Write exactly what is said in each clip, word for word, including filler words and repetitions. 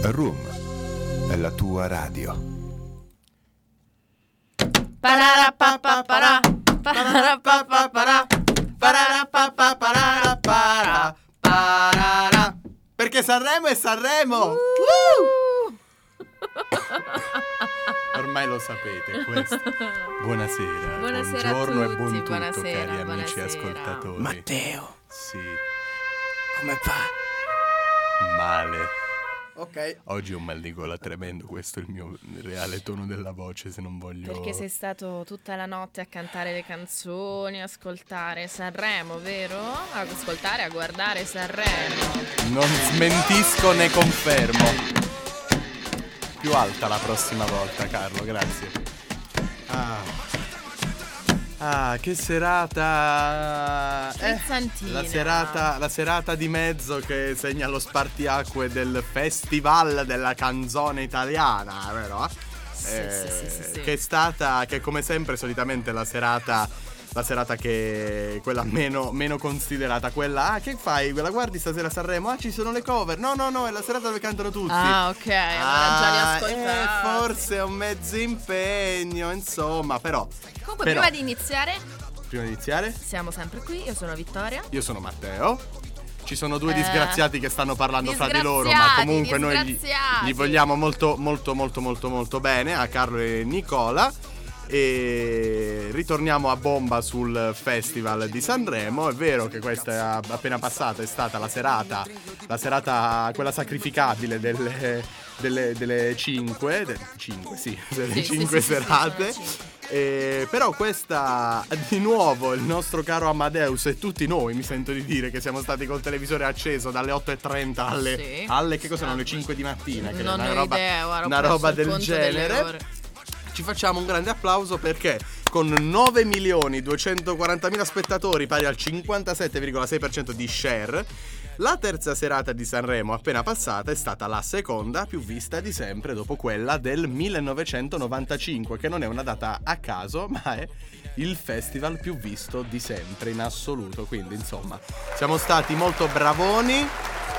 Room è la tua radio. Pararapapapara, pararapapapara, pararapapapara, parara. Perché Sanremo è Sanremo! Uh! Ormai lo sapete questo. Buonasera, Buonasera buongiorno a tutti, e buon tutto, buonasera, cari amici buonasera. ascoltatori. Matteo, Sì, come va? male. Ok. Oggi ho un mal di gola tremendo, questo è il mio reale tono della voce, se non voglio... Perché sei stato tutta la notte a cantare le canzoni, ascoltare Sanremo, vero? A ascoltare, a guardare Sanremo. Non smentisco né confermo. Più alta la prossima volta, Carlo, grazie. Ah, ah che serata! Eh, Frizzantina. la serata, la serata di mezzo che segna lo spartiacque del Festival della canzone italiana, vero? Sì, Eh, sì, sì, sì, sì. Che è stata, che come sempre solitamente la serata... La serata che quella meno, meno considerata, quella ah che fai? La guardi stasera a Sanremo? Ah, ci sono le cover. No, no, no, è la serata dove cantano tutti. Ah, ok, allora già li Ah, ascoltavo. eh, forse è un mezzo impegno, insomma, però. Comunque, però, prima di iniziare, prima di iniziare, siamo sempre qui, io sono Vittoria. io sono Matteo. Ci sono due Eh, disgraziati che stanno parlando fra di loro, ma comunque noi gli, disgraziati. gli vogliamo molto, molto, molto, molto, molto bene a Carlo e Nicola. E ritorniamo a bomba sul Festival di Sanremo. È vero che questa è appena passata, è stata la serata, la serata quella sacrificabile delle, delle, delle cinque, de, cinque sì, delle Sì, cinque sì, sì, serate. sì, sì, E, però questa, di nuovo, il nostro caro Amadeus e tutti noi, mi sento di dire che siamo stati col televisore acceso dalle otto e trenta alle, Sì. alle che cos'erano, le cinque di mattina, credo, Non una ho roba, idea, guarda, ho una perso roba il del conto delle genere. ore. Ci facciamo un grande applauso perché con nove milioni duecentoquarantamila spettatori, pari al cinquantasette virgola sei per cento di share, la terza serata di Sanremo appena passata è stata la seconda più vista di sempre, dopo quella del millenovecentonovantacinque, che non è una data a caso, ma è il festival più visto di sempre in assoluto. Quindi insomma siamo stati molto bravoni.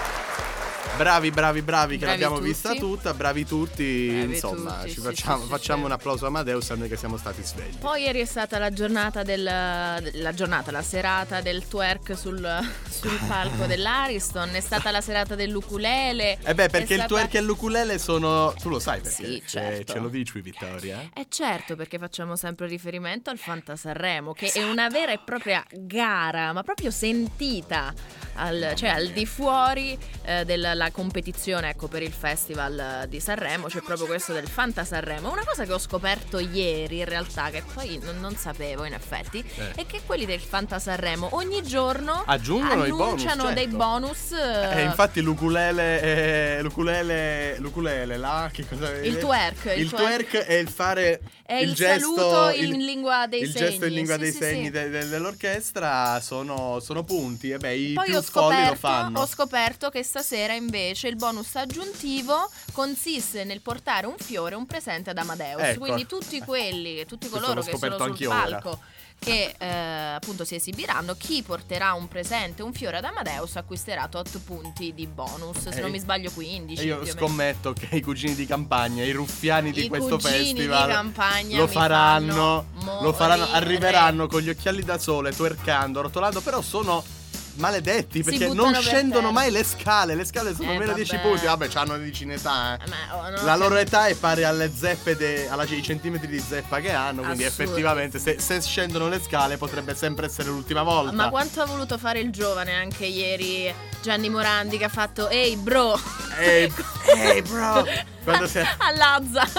Bravi, bravi, bravi, che Bravi l'abbiamo tutti. vista tutta, bravi tutti, Bravi insomma, tutti, ci sì, facciamo, sì, sì, facciamo sì. un applauso a Amadeus, a noi che siamo stati svegli. Poi ieri è stata la giornata del la giornata, la serata del twerk sul, sul palco dell'Ariston, è stata la serata dell'ukulele. Eh beh, perché è il stata... twerk e l'ukulele sono... Tu lo sai perché? Sì, Eh, certo. ce lo dici, Vittoria? Eh certo, perché facciamo sempre riferimento al Fanta Sanremo, che è una vera e propria gara, ma proprio sentita, al, cioè al di fuori eh, della la competizione, ecco, per il Festival di Sanremo, c'è proprio questo del Fanta Sanremo. Una cosa che ho scoperto ieri, in realtà, che poi non, non sapevo in effetti, Eh. è che quelli del Fanta Sanremo ogni giorno Aggiungono i bonus, annunciano certo. dei bonus. Eh, eh, infatti l'ukulele, eh, l'ukulele, l'ukulele, là, che cosa Il twerk, il Il twerk. twerk è il fare È il, il gesto saluto il- in lingua dei il segni. gesto in lingua Sì, dei sì, segni sì. de- de- dell'orchestra sono, sono punti. E beh, i Poi più ho scolli lo scoperto, fanno. ho scoperto che stasera invece il bonus aggiuntivo consiste nel portare un fiore, un presente ad Amadeus. Ecco. Quindi tutti quelli, tutti Questo coloro l'ho che sono scoperto sul anch'io ora. palco che eh, appunto si esibiranno, chi porterà un presente, un fiore ad Amadeus acquisterà tot punti di bonus. Se Eh, non mi sbaglio quindici. E io più o meno. scommetto che i cugini di campagna, i ruffiani di I questo cugini festival di campagna lo mi faranno, fanno lo faranno, morire. arriveranno con gli occhiali da sole, twerkando, rotolando, però sono maledetti perché buttano non per scendono terra. mai le scale, le scale sono Eh, meno dieci vabbè. punti, vabbè, c'hanno una decina età, eh. Ma, oh, no, La cioè- loro età è pari alle zeppe, de, alla, i centimetri di zeppa che hanno, quindi Assurdo. effettivamente se, se scendono le scale potrebbe sempre essere l'ultima volta. Ma quanto ha voluto fare il giovane anche ieri Gianni Morandi, che ha fatto ehi bro, Ehi, ehi bro, quando si è... a Lazza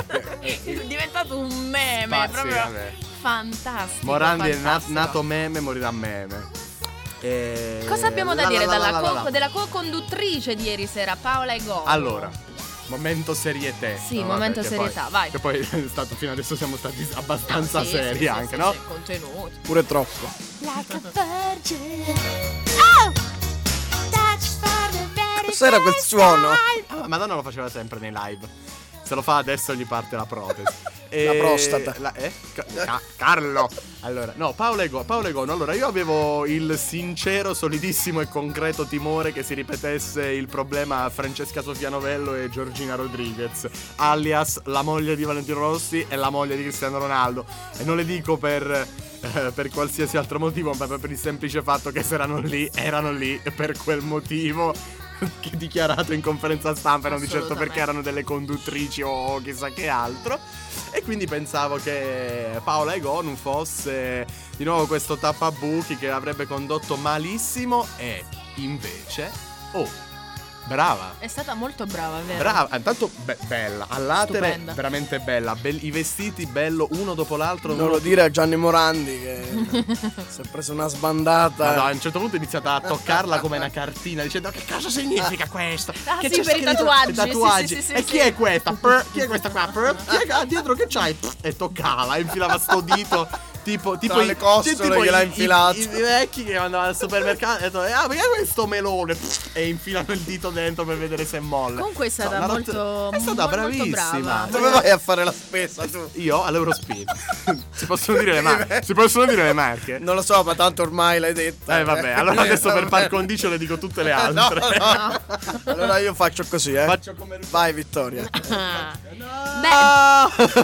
è diventato un meme. Spazio, proprio vabbè. fantastico. Morandi è nat- fantastico. nato meme, morirà meme. E... Cosa abbiamo da la, dire la, la, dalla, la, la, co- la. della co-conduttrice di ieri sera, Paola Egoro? Allora, momento serietà. Sì, momento serietà, poi, vai. Che poi è stato, fino adesso siamo stati abbastanza Ah, sì, seri sì, sì, anche, sì, no? sì, contenuti. Pure troppo. Like a virgin. Oh! That's for the very Cos'era quel first suono? time. Ah, Madonna lo faceva sempre nei live. Se lo fa adesso gli parte la protesi. E La prostata. la- eh? Ca- Ca- Carlo. Allora, no, Paola Ego, Paola Egono. Allora, io avevo il sincero, solidissimo e concreto timore che si ripetesse il problema a Francesca Sofia Novello e Giorgina Rodriguez, alias la moglie di Valentino Rossi e la moglie di Cristiano Ronaldo. E non le dico per, eh, per qualsiasi altro motivo, ma per il semplice fatto che se erano lì, erano lì per quel motivo che dichiarato in conferenza stampa, e non di certo Assolutamente. perché erano delle conduttrici o chissà che altro. E quindi pensavo che Paola Egono fosse di nuovo questo tappabuchi che avrebbe condotto malissimo, e invece, oh, brava. È stata molto brava, vero? Brava, intanto be- bella, all'atere Stupenda. veramente bella, Be- i vestiti bello uno dopo l'altro. Non uno- lo dire a Gianni Morandi che si è preso una sbandata. Ma no, a un certo punto è iniziata a toccarla come una cartina dicendo che cosa significa questo? Ah, che sì, c'è per i scritto? tatuaggi, I tatuaggi. sì, sì, sì, e sì, chi sì. è questa? Per- chi è questa qua? Per- chi è che- ah, dietro che c'hai? E toccava, e infilava sto dito tipo tipo Tra i- le costole tipo gliel'ha i- infilato. I, i, i vecchi che andavano al supermercato e detto, ah, perché questo melone? E infilano il dito dentro per vedere se è molle. Comunque è stata No, la molto- rot- è stata molto bravissima. brava. Dove vai a fare la spesa tu? Io all'Eurospin. si possono dire le marche? Si possono dire le marche? Non lo so, ma tanto ormai l'hai detta. Eh vabbè, allora adesso per par condicio le dico tutte le No, altre. no. Allora io faccio così, eh. Faccio come Vai Vittoria. Ah. Beh, Ah!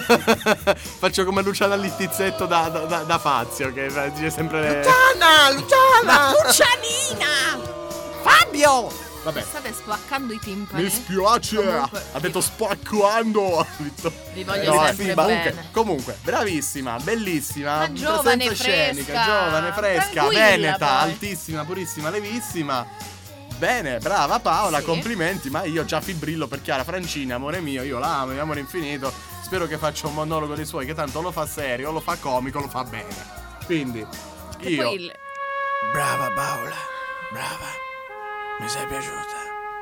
Faccio come Luciana Littizzetto da, da, da, da Fazio, che dice sempre le... Luciana, Luciana. Lucianina! Fabio! Vabbè, State spaccando i timpani. mi spiace. Comunque, Ha detto spaccando. vi voglio No, sempre sì, comunque, bene. comunque, bravissima, bellissima, Ma giovane, presenza scenica, fresca, giovane, fresca, tranquilla veneta, poi. altissima, purissima, levissima. Bene, brava Paola, Sì. complimenti, ma io già fibrillo per Chiara Francini, amore mio, io la amo, mio amore infinito. Spero che faccia un monologo dei suoi, che tanto lo fa serio, lo fa comico, lo fa bene. Quindi, E io... poi il- Brava Paola, brava. Mi sei piaciuta.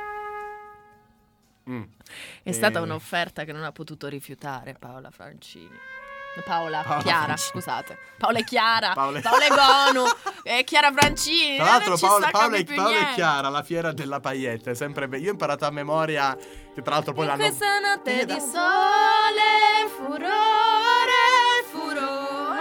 Mm. è stata Eh. un'offerta che non ha potuto rifiutare Paola Francini. Paola, Paola Chiara, Francini. scusate. Paola e Chiara, Paola- Paola, Gonu e Chiara Francini. Tra eh, l'altro non ci Paola, sta Paola, e, più Paola e niente. Chiara, la fiera della paillette, è sempre be- io ho imparato a memoria, che tra l'altro poi In l'hanno... questa notte Eh, di da- sole, furore, furore.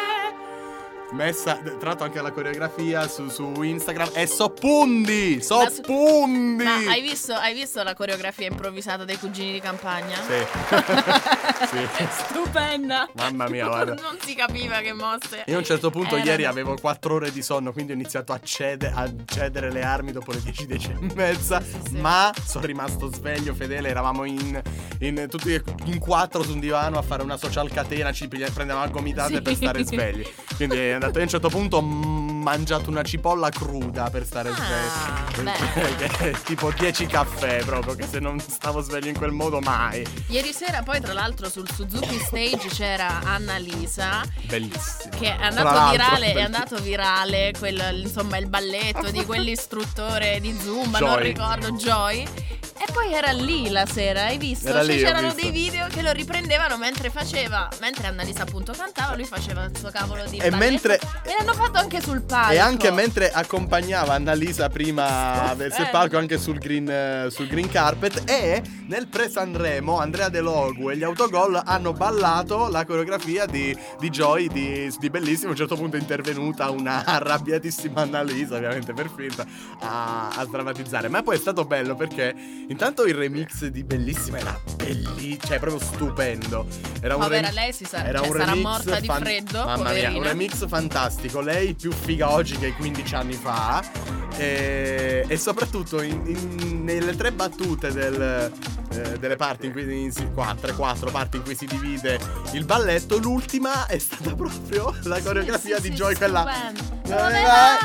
Messa, tra l'altro anche la coreografia su, su Instagram è Soppundi, Ma su- Soppundi. Ma hai visto, hai visto la coreografia improvvisata dei cugini di campagna? Sì. Sì. Stupenda. Mamma mia, guarda. Non si capiva che mosse. Io a un certo punto erano. ieri avevo quattro ore di sonno, quindi ho iniziato a, cede- a cedere le armi dopo le dieci, dieci e mezza. sì. Ma sono rimasto sveglio, fedele. Eravamo in, in tutti in quattro su un divano a fare una social catena. Ci piglia- prendevamo a gomitate Sì. per stare svegli. Quindi è andato. Io a un certo punto ho mangiato una cipolla cruda per stare Ah, sveglio. bene. Che è tipo dieci caffè proprio. Che se non stavo sveglio in quel modo mai. Ieri sera poi tra l'altro sul Suzuki Stage c'era Annalisa Bellissimo. che è Tra andato l'altro, virale, è bellissimo. andato virale quel, insomma il balletto di quell'istruttore di Zumba, non Joy. ricordo, Joy. E poi era lì la sera, hai visto? Era Cioè, lì, ho c'erano visto. dei video che lo riprendevano mentre faceva, mentre Annalisa appunto cantava, lui faceva il suo cavolo di E balletto. mentre- E l'hanno fatto anche sul palco. E anche mentre accompagnava Annalisa prima Oh, verso il bello. palco, anche sul green, eh, sul green carpet. E nel pre-Sanremo Andrea De Logu e gli Autogol hanno ballato la coreografia di, di Joy di, di Bellissimo. A un certo punto è intervenuta una arrabbiatissima Annalisa, ovviamente per finta, a, a sdrammatizzare. Ma poi è stato bello perché intanto il remix di Bellissima era bellissimo, cioè proprio stupendo. Era un Povera rem- lei si sa- era cioè, un sarà remix morta di freddo, Mamma mia, un poverina. remix fantastico. Lei più figa oggi che quindici anni fa. E, e soprattutto in- in- nelle tre battute del, eh, delle parti in cui si, quattro, quattro parti in cui si divide il balletto, l'ultima è stata proprio la coreografia Sì, di sì, Joy, sì, quella stupendo. Te Dove ne va?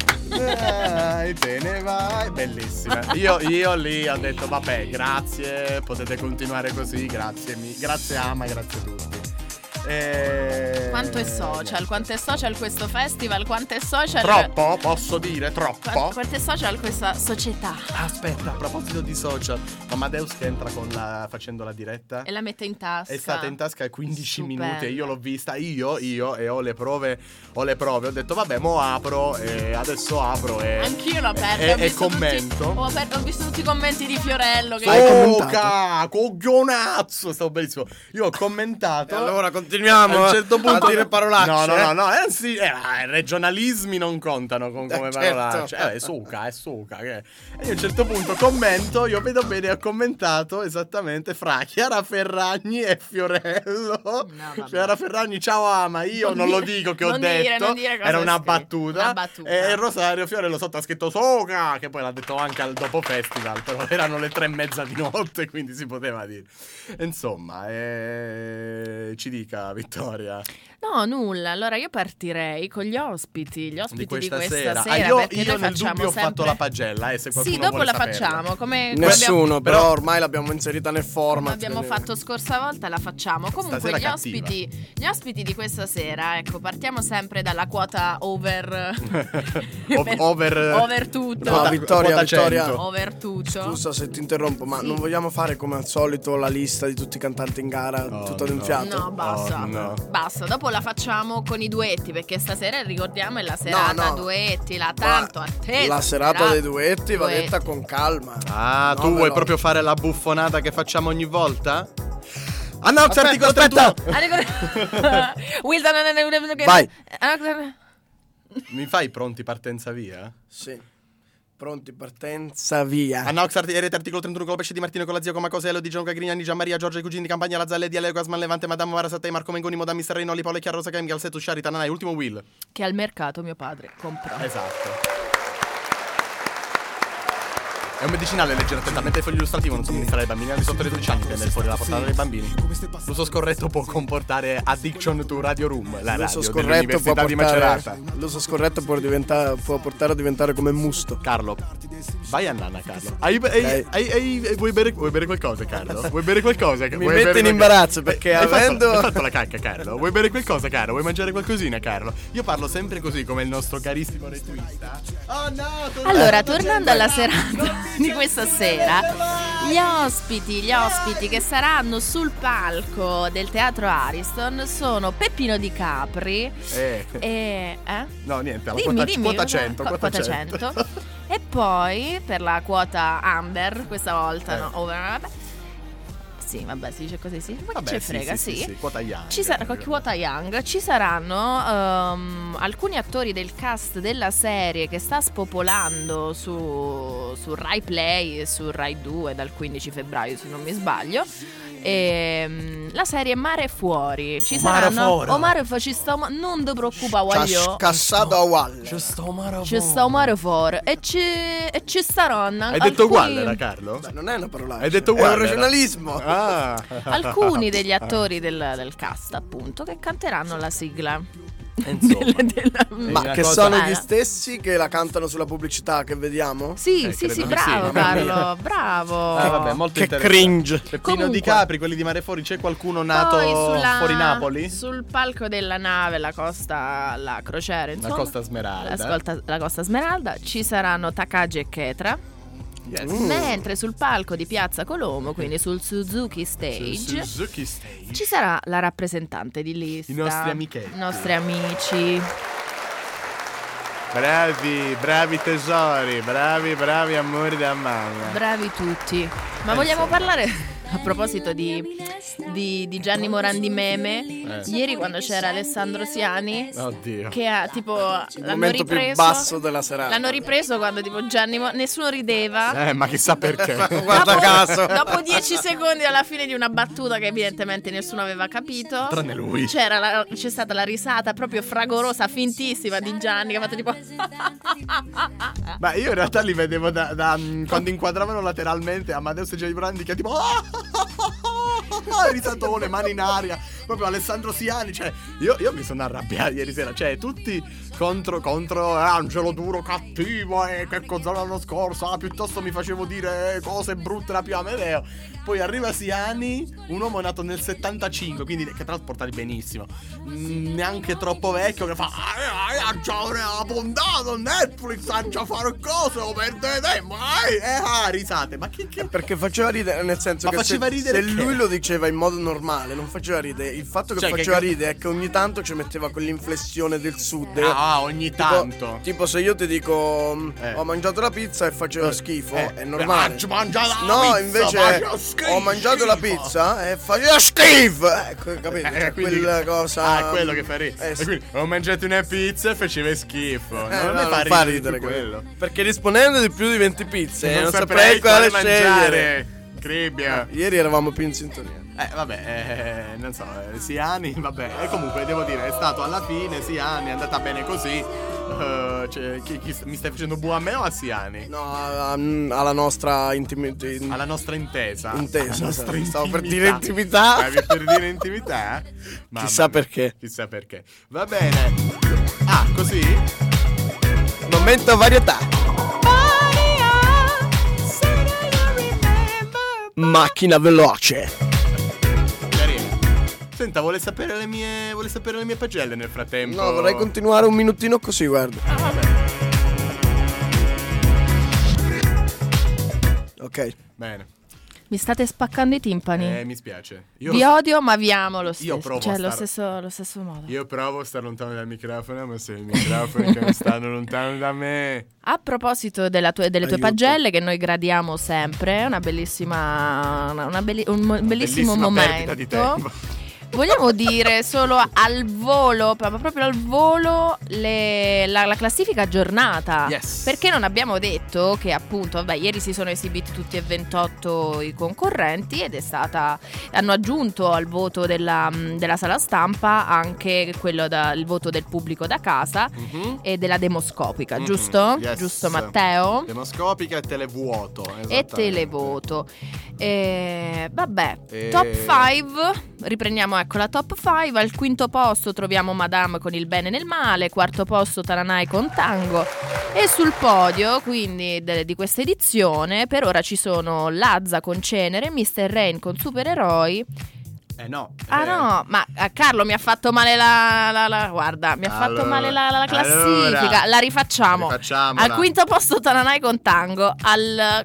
vai, te ne vai, bellissima. Io, io lì ho detto vabbè, grazie, potete continuare così, grazie, mi, grazie Ama, grazie a tutti. E... Quanto è social? Quanto è social questo festival? Quanto è social? Troppo? Posso dire troppo? Qua- Quanto è social questa società? Aspetta, a proposito di social, Amadeus che entra con la, facendo la diretta E la mette in tasca. è stata in tasca quindici Stupenda. minuti e io l'ho vista, io, io e ho le prove, ho le prove, ho detto vabbè mo apro e adesso apro e... Anch'io l'ho aperto. E- ho e visto tutti- commento. ho, aperto, ho visto tutti i commenti di Fiorello. Che Hai Oh, commentato? coglionazzo, stavo benissimo. Io ho commentato. E allora continuiamo a un certo punto a dire parolacce. No, no, eh? no, no, eh, sì, eh, regionalismi non contano con, come Eh, certo. parolacce. Eh, è suca, è suca. Che... E io a un certo punto commento, io vedo bene, ho commentato esattamente fra Chiara Ferragni e Fiorello. vabbè. Chiara Ferragni, ciao ama, io non, Non lo dire- dico che ho non dire, detto. non dire cosa Era hai una scritto. battuta. Una battuta. E Rosario Fiorello sotto ha scritto Soca, che poi l'ha detto anche al dopo festival, però erano le tre e mezza di notte, quindi si poteva dire. Insomma, eh, ci dica Vittoria No, nulla. Allora io partirei con gli ospiti, gli ospiti di questa, questa sera. sera, Ah, io perché io noi nel facciamo dubbio ho fatto sempre... la pagella, eh, se qualcuno Sì, dopo vuole la saperlo. facciamo. Come Nessuno, però- però ormai l'abbiamo inserita nel format. abbiamo quindi- fatto scorsa volta, la facciamo. Comunque Stasera gli cattiva. ospiti, gli ospiti di questa sera, ecco, partiamo sempre dalla quota over O- over over tutto. No, quota- Vittoria, quota Vittoria. cento. Over tutto. Scusa se ti interrompo, ma Sì. non vogliamo fare come al solito la lista di tutti i cantanti in gara, Oh, tutto ad un no. fiato? No, basta. Oh, no. Basta, dopo la facciamo con i duetti, perché stasera ricordiamo è la serata no. duetti, la tanto attesa. La serata dei duetti va Duetti. detta con calma. Ah, tu No, vuoi veloce. proprio fare la buffonata che facciamo ogni volta? Ah no, Aspetta, articolo aspetta. trentuno. Ah, ricor- Wilson- Vai. Mi fai pronti partenza via? Sì. Pronti, partenza, via. Annox art- rete articolo trentuno con la pesce di Martino con la zia Comacosello di Gianluca Grignani, Gianmaria, Giorgia, i cugini di Campagna, la Zalle di Aleo, Gasman Levante, Madame Mara Sattei, Marco Mengoni, Moda Mister Reinoli, Paolo Chiaro, Rosa Chemical, Setu Shari, Tananai, ultimo Will. Che al mercato mio padre comprò. Esatto. È un medicinale, leggere attentamente il foglio illustrativo, non somministrare ai bambini al di sotto dei dodici anni, tende fuori la portata dei bambini. L'uso scorretto può comportare addiction to Radio Room, la radio L'uso scorretto può dell'Università di portare, Macerata. l'uso scorretto può, diventare, può portare a diventare come musto. Carlo, vai a nanna, Carlo. Hai, hai, Ok. hai, hai- vuoi, bere, vuoi bere qualcosa, Carlo? Vuoi bere qualcosa? Mi Vuoi mette bere in qualcosa? imbarazzo perché hai avendo- fatto, hai fatto la cacca, Carlo. Vuoi bere qualcosa, Carlo? Vuoi mangiare qualcosina, Carlo? Io parlo sempre così come il nostro carissimo retweetista. Oh no! tornando- Allora, tornando alla serata di questa sera, gli ospiti, gli ospiti che saranno sul palco del Teatro Ariston sono Peppino Di Capri Eh. e... Eh? No, niente, alla Dimmi, quota, dimmi, quota cosa- cento. qu- Quota, quota cento. cento. E poi per la quota Amber, questa volta, Eh. no? Over, vabbè. Sì, vabbè, si dice così, sì. Ma Vabbè, ce sì, frega, sì, sì. sì, sì, quota young. Ci sarà con quota Young, ci saranno ehm, alcuni attori del cast della serie che sta spopolando su, su Rai Play e su Rai due dal quindici febbraio, se non mi sbaglio. E, la serie Mare Fuori. Ci Mare saranno Fuori. O Mare Fuori, ci sta, non ti preoccupare, Ci ha voglio. scassato a Walle. C'è sto maro. Ci sta un Mare Fuori e ci, e ci saranno Hai detto alcuni, uguale, era Carlo? Beh, non è una parola. Hai detto È uguale, un era. regionalismo. Ah. alcuni degli attori del, del cast, appunto, che canteranno la sigla. Insomma. Della- della- Ma una che cosa- sono Ah, gli no. stessi che la cantano sulla pubblicità che vediamo? Sì, Eh, sì, credo sì, di bravo sì. Carlo, bravo. Ah, vabbè, molto Che interessante. cringe. Peppino Comunque. Di Capri, quelli di Mare Fuori, c'è qualcuno nato Poi sulla- fuori Napoli? Sul palco della nave, la costa, la crociera, insomma. La Costa Smeralda. La, scolta- la Costa Smeralda, ci saranno Takagi e Ketra. Yes. Mentre sul palco di Piazza Colombo, quindi sul Suzuki Stage, Suzuki Stage. ci sarà la rappresentante di lista. I nostri amichetti. I nostri amici. Bravi, bravi tesori, bravi, bravi amori da mamma. Bravi tutti. Ma Eh, vogliamo insomma. parlare a proposito di, di, di Gianni Morandi meme? Eh. Ieri quando c'era Alessandro Siani, Oddio. che ha tipo Il l'hanno momento più ripreso. basso della serata. L'hanno ripreso quando tipo Gianni Mo- nessuno rideva. Eh, ma chissà perché. Guarda dopo, caso. dopo dieci secondi alla fine di una battuta che evidentemente nessuno aveva capito, Tranne lui. c'era la- c'è stata la risata proprio fragorosa, fintissima di Gianni che ha fatto tipo Ma io in realtà li vedevo da, da, mm, quando inquadravano lateralmente Amadeus e Gianni Morandi che tipo risatone, mani in aria. Proprio Alessandro Siani. Cioè, io, io mi sono arrabbiato ieri sera. Cioè, tutti contro, contro eh, Angelo Duro cattivo e eh, che cosa l'anno scorso, ah, piuttosto mi facevo dire eh, cose brutte la prima Amedeo. Poi arriva Siani, un uomo nato nel settantacinque, quindi che tra l'altro portati benissimo, mm, neanche troppo vecchio, che fa ah, ha già abbondato Netflix, ha già fare cose, lo perde tempo, eh, eh, ah, risate. Ma che, che... Perché faceva ridere, nel senso Ma che faceva se, ridere se che? lui lo diceva in modo normale non faceva ridere. Il fatto che Cioè, faceva che- ridere è che ogni tanto ci metteva quell'inflessione del sud. Ah, ogni Tipo- tanto. Tipo se io ti dico mm, Eh. ho mangiato la pizza e faceva schifo, eh, è normale. ah, mangia la No, pizza, invece faceva schifo, ho mangiato la schifo. pizza e faceva schifo. Ecco, capito? Eh, Cioè, quindi- quella cosa. Ah, è quello che fa ridere. Eh, E sì. quindi ho mangiato una pizza e faceva schifo. Eh, non no, mi fa non ridere, più quello. capito? Perché rispondendo di più di venti pizze non, non saprei quale scegliere. mangiare. Cribbia. Ieri eravamo più in sintonia. Eh, vabbè, eh, non so, eh, Siani, vabbè. E comunque devo dire, è stato alla fine, Siani, è andata bene così. Eh, cioè, chi, chi- mi stai facendo bu a me o a Siani? No, a- alla nostra intimità. Alla nostra intesa. Intesa, Alla nostra stavo per intimità. dire intimità. Stavi per dire intimità? Mamma Chissà mia, perché. Chissà perché. Va bene. Ah, così? Momento varietà. Macchina veloce. Carino. Senta, vuole sapere le mie. Vuole sapere le mie pagelle nel frattempo? No, vorrei continuare un minutino così, guarda. Ah, vabbè. Ok. Bene. Mi state spaccando i timpani. Eh, mi spiace. Io, Vi odio, ma vi amo lo stesso. provo a cioè, lo star- stesso, lo stesso modo. io provo a stare lontano dal microfono, ma se i microfoni che non stanno lontano da me. A proposito della tue- delle tue Aiuto. pagelle, che noi gradiamo sempre, una bellissima, una, una belli- un mo- bellissimo Bellissima perdita di momento. tempo. Vogliamo dire solo al volo, proprio proprio al volo, le- la, la classifica aggiornata. Yes. Perché non abbiamo detto che appunto, vabbè, ieri si sono esibiti tutti e ventotto i concorrenti ed è stata, hanno aggiunto al voto della, della sala stampa anche quello da, il voto del pubblico da casa Mhm. e della demoscopica, Mhm. giusto? Yes. Giusto Matteo? Demoscopica e televuoto. E esattamente. televoto. E, vabbè, E- top cinque. Riprendiamo, ecco, la top cinque. Al quinto posto troviamo Madame con Il bene nel male. Quarto posto Taranai con Tango. E sul podio, quindi de- di questa edizione, per ora ci sono Lazza con Cenere, mister Rain con Supereroi. Eh no. Ah eh. no, ma eh, Carlo mi ha fatto male la, la- la- guarda, mi ha fatto Allora, male la, la classifica. allora, la rifacciamo. rifacciamola. Al quinto posto Taranai con Tango. Al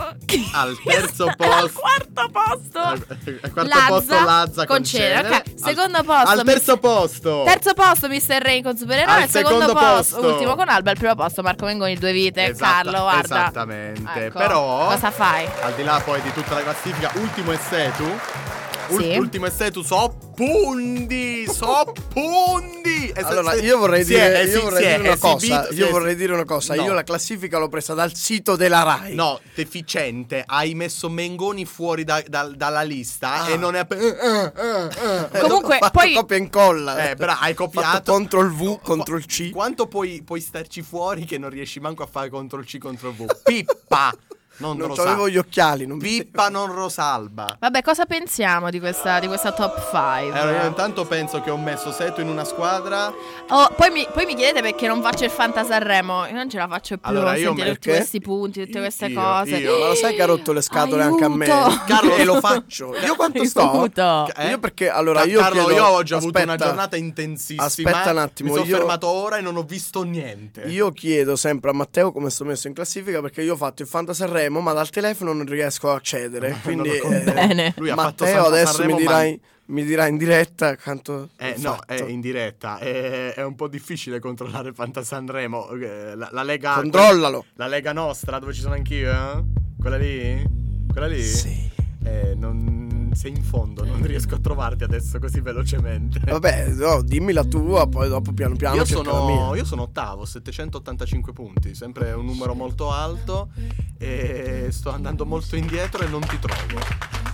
Al terzo Al posto- quarto posto Al, al quarto Lazza posto Lazza con, con Cenere. Cenere. Ok, secondo al, posto Al terzo mis- posto. Terzo posto mister Rain con Supereroi. Al Al secondo, secondo posto, posto. ultimo con Alba. Al primo posto Marco Mengoni, Due vite. Esatta- Carlo, guarda. Esattamente. Ecco, Però cosa fai? al di là poi di tutta la classifica, ultimo e Setu. Ul- Sì. Ultimo e Setu so pundi, so pundi. E se- Allora, se- io vorrei si è- dire, eh, io si- vorrei si è dire una esibito- cosa. si Io è- vorrei dire una cosa. No. Io la classifica l'ho presa dal sito della Rai. No, deficiente, hai messo Mengoni fuori da- da- dalla lista Ah. e non è app- eh, eh, eh, eh. Comunque, Ho fatto poi- copia e incolla. Eh, però hai Ho copiato. fatto Ctrl V, Qu- Ctrl C. Quanto puoi, puoi starci fuori che non riesci manco a fare Ctrl C, Ctrl V? Pippa! Non, Non Rosalba. avevo gli occhiali, non mi Pippa, non Rosalba. Vabbè, cosa pensiamo di questa, di questa top cinque? Allora, io intanto penso che ho messo Setu in una squadra. Oh, poi, mi, poi mi chiedete perché non faccio il Fanta Sanremo. Io non ce la faccio più. Allora, io sentire tutti perché? questi punti, tutte queste Io- cose. io- Ma lo sai che ha rotto le scatole anche a me? Aiuto! Carlo, e lo faccio. Io quanto sto? Aiuto! Eh? Io perché allora Ca- io Carlo, chiedo- io oggi ho avuto aspetta, una giornata intensissima. Aspetta un attimo, Mi sono io- fermato ora e non ho visto niente. Io chiedo sempre a Matteo come sto messo in classifica perché io ho fatto il Fanta Sanremo ma dal telefono non riesco a accedere. Quindi Non lo eh, Bene. Lui ha fatto Matteo San- adesso Sanremo, mi ma- dirai, mi dirà in diretta quanto Eh, ho no, fatto. è in diretta. È, è un po' difficile controllare Fanta Sanremo. Eh, La, la Lega. Controllalo. La Lega nostra, dove ci sono anch'io, eh? Quella lì? Quella lì? Sì. Eh, non. Sei in fondo, non riesco a trovarti adesso così velocemente. Vabbè, no, dimmi la tua, poi dopo piano piano Io cerco la sono, mia. io sono ottavo, settecentottantacinque punti, sempre un numero molto alto e sto andando molto indietro e non ti trovo.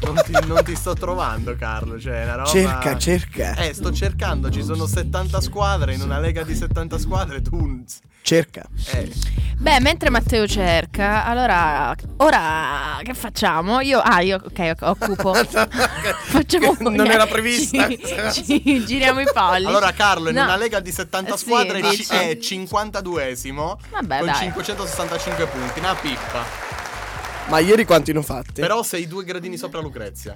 Non ti, non ti sto trovando, Carlo. Cioè, una roba... Cerca, cerca. Eh, sto cercando. Ci sono settanta squadre. In una lega di settanta squadre. Tu. Cerca. Eh. Beh, mentre Matteo cerca, allora, ora che facciamo? Io, ah, io, ok, occupo. Facciamo Non era prevista. Ci, ci giriamo i polli. Allora, Carlo, in No. una lega di settanta Eh, sì, squadre ci- dici. è cinquantaduesimo. Vabbè, con dai. cinquecentosessantacinque punti. Una pippa. Ma ieri quanti ne ho fatti? Però sei due gradini sopra Lucrezia.